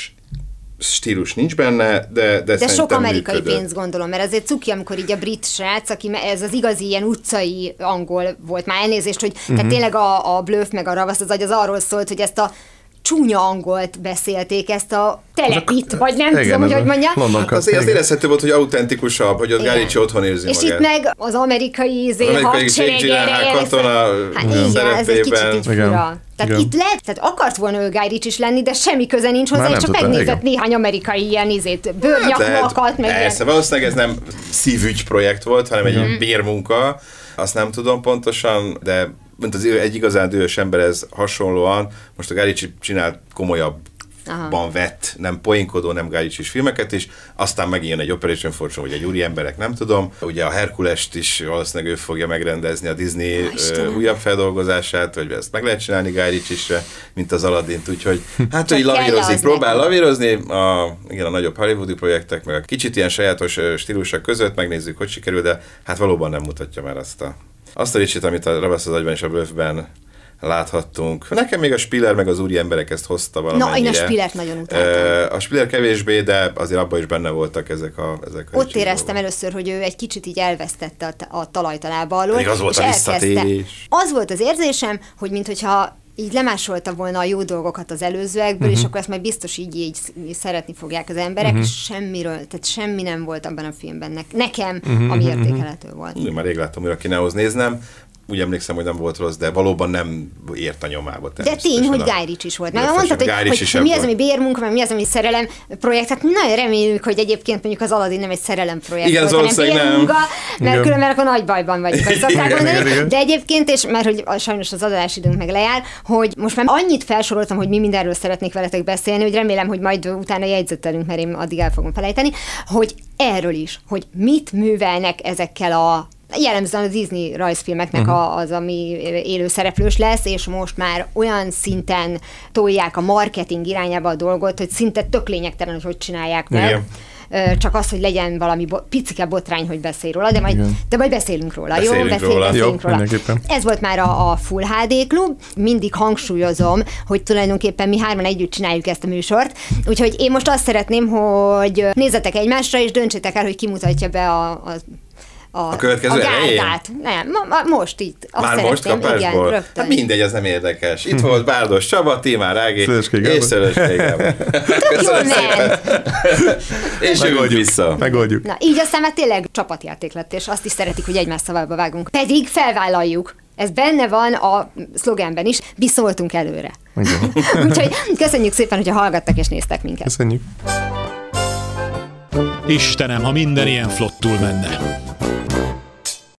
Speaker 3: stílus nincs benne, de
Speaker 2: sok amerikai pénzt gondolom, mert azért cuki, amikor így a brit srác, aki ez az igazi ilyen utcai angol volt, már elnézést, hogy tehát tényleg a bluff meg a ravasz az agy az arról szólt, hogy ezt a csúnya angolt beszélték, ezt a telepit, vagy nem tudom, hogy mondja.
Speaker 3: Hát az érezhető volt, hogy autentikusabb, hogy a Guy Ritchie otthon érzi magát.
Speaker 2: És itt meg az amerikai hadsereg
Speaker 3: katona
Speaker 2: szerepében. Ez egy kicsit így fura. Tehát itt lehet, tehát akart volna ő Guy Ritchie is lenni, de semmi köze nincs hozzá, és csak megnézett néhány amerikai ilyen bőrnyakmakat.
Speaker 3: Persze, valószínűleg ez nem szívügy projekt volt, hanem egy bérmunka, azt nem tudom pontosan, de mint az Egy igazán dühös ember, ez hasonlóan, most a Guy Ritchie csinált komolyabban vett, nem poénkodó, nem Guy Ritchie-s filmeket is, aztán megint jön egy Operation Fortune, vagy egy úri emberek, nem tudom. Ugye a Herkulest is valószínűleg ő fogja megrendezni a Disney újabb feldolgozását, vagy ezt meg lehet csinálni Guy Ritchie-sre, mint az Aladdint, úgyhogy hát hogy lavírozik, próbál lavírozni a nagyobb hollywoodi projektek, meg a kicsit ilyen sajátos stílusok között, megnézzük, hogy sikerül, de hát valóban nem mutatja már azt a Ritchie-t, amit a Ravasz az agyban és a Bluffben láthattunk. Nekem még a Spiller meg az úri emberek ezt hozta valamennyire.
Speaker 2: Na, én a Spillert nagyon utáltam.
Speaker 3: A Spiller kevésbé, de azért abban is benne voltak ezek a
Speaker 2: ott éreztem először, hogy ő egy kicsit így elvesztette a talajt a lába alól.
Speaker 3: Pedig az volt a visszatérés.
Speaker 2: Az volt az érzésem, hogy minthogyha így lemásolta volna a jó dolgokat az előzőekből, és akkor ezt majd biztos így szeretni fogják az emberek, és semmiről, tehát semmi nem volt abban a filmben nekem, ami értékelhető volt.
Speaker 3: Már rég láttam, hogy a Kinehoz néznem. úgy emlékszem, hogy nem volt rossz, de valóban nem ért a nyomába.
Speaker 2: De tény, hogy Guy Ritchie is volt. Mert mondtad, hogy mi az, ami bérmunka, meg mi az, ami szerelem projekt. Hát nagyon reméljük, hogy egyébként mondjuk az Aladdin nem egy szerelem projekt.
Speaker 3: Igen,
Speaker 2: volt, hanem bérmunka, mert
Speaker 3: igen.
Speaker 2: különben akkor nagy bajban vagyunk, azt szokták mondani. De egyébként, és mert hogy sajnos az adásidőnk meg lejár, hogy most már annyit felsoroltam, hogy mi mindenről szeretnék veletek beszélni, hogy remélem, hogy majd utána jegyzetelünk, mert én addig el fogom felejteni, hogy erről is, hogy mit művelnek ezekkel a jellemzően a Disney rajzfilmeknek az, ami élő szereplős lesz, és most már olyan szinten tolják a marketing irányába a dolgot, hogy szinte tök lényegtelen, hogy csinálják meg. Igen. Csak az, hogy legyen valami picike botrány, hogy beszélj róla, de majd beszélünk róla. Beszélünk róla. Ez volt már a Full HD Klub. Mindig hangsúlyozom, hogy tulajdonképpen mi hárman együtt csináljuk ezt a műsort. Úgyhogy én most azt szeretném, hogy nézzetek egymásra, és döntsétek el, hogy ki mutatja be a
Speaker 3: következő
Speaker 2: gárdát. Nem, most itt.
Speaker 3: Már most kapásból? Igen, hát mindegy, ez nem érdekes. Itt volt Bárdos Csaba, Tímár Ági és Szöröskei Gábor. Köszönöm szépen. És jövünk vissza.
Speaker 4: Megoldjuk.
Speaker 2: Na, így aztán már tényleg csapatjáték lett, és azt is szeretik, hogy egymás szavába vágunk. Pedig felvállaljuk. Ez benne van a szlogenben is, viszoltunk előre. Úgyhogy köszönjük szépen, hogyha hallgattak és néztek minket.
Speaker 4: Köszönjük.
Speaker 1: Istenem, ha minden ilyen flottul menne.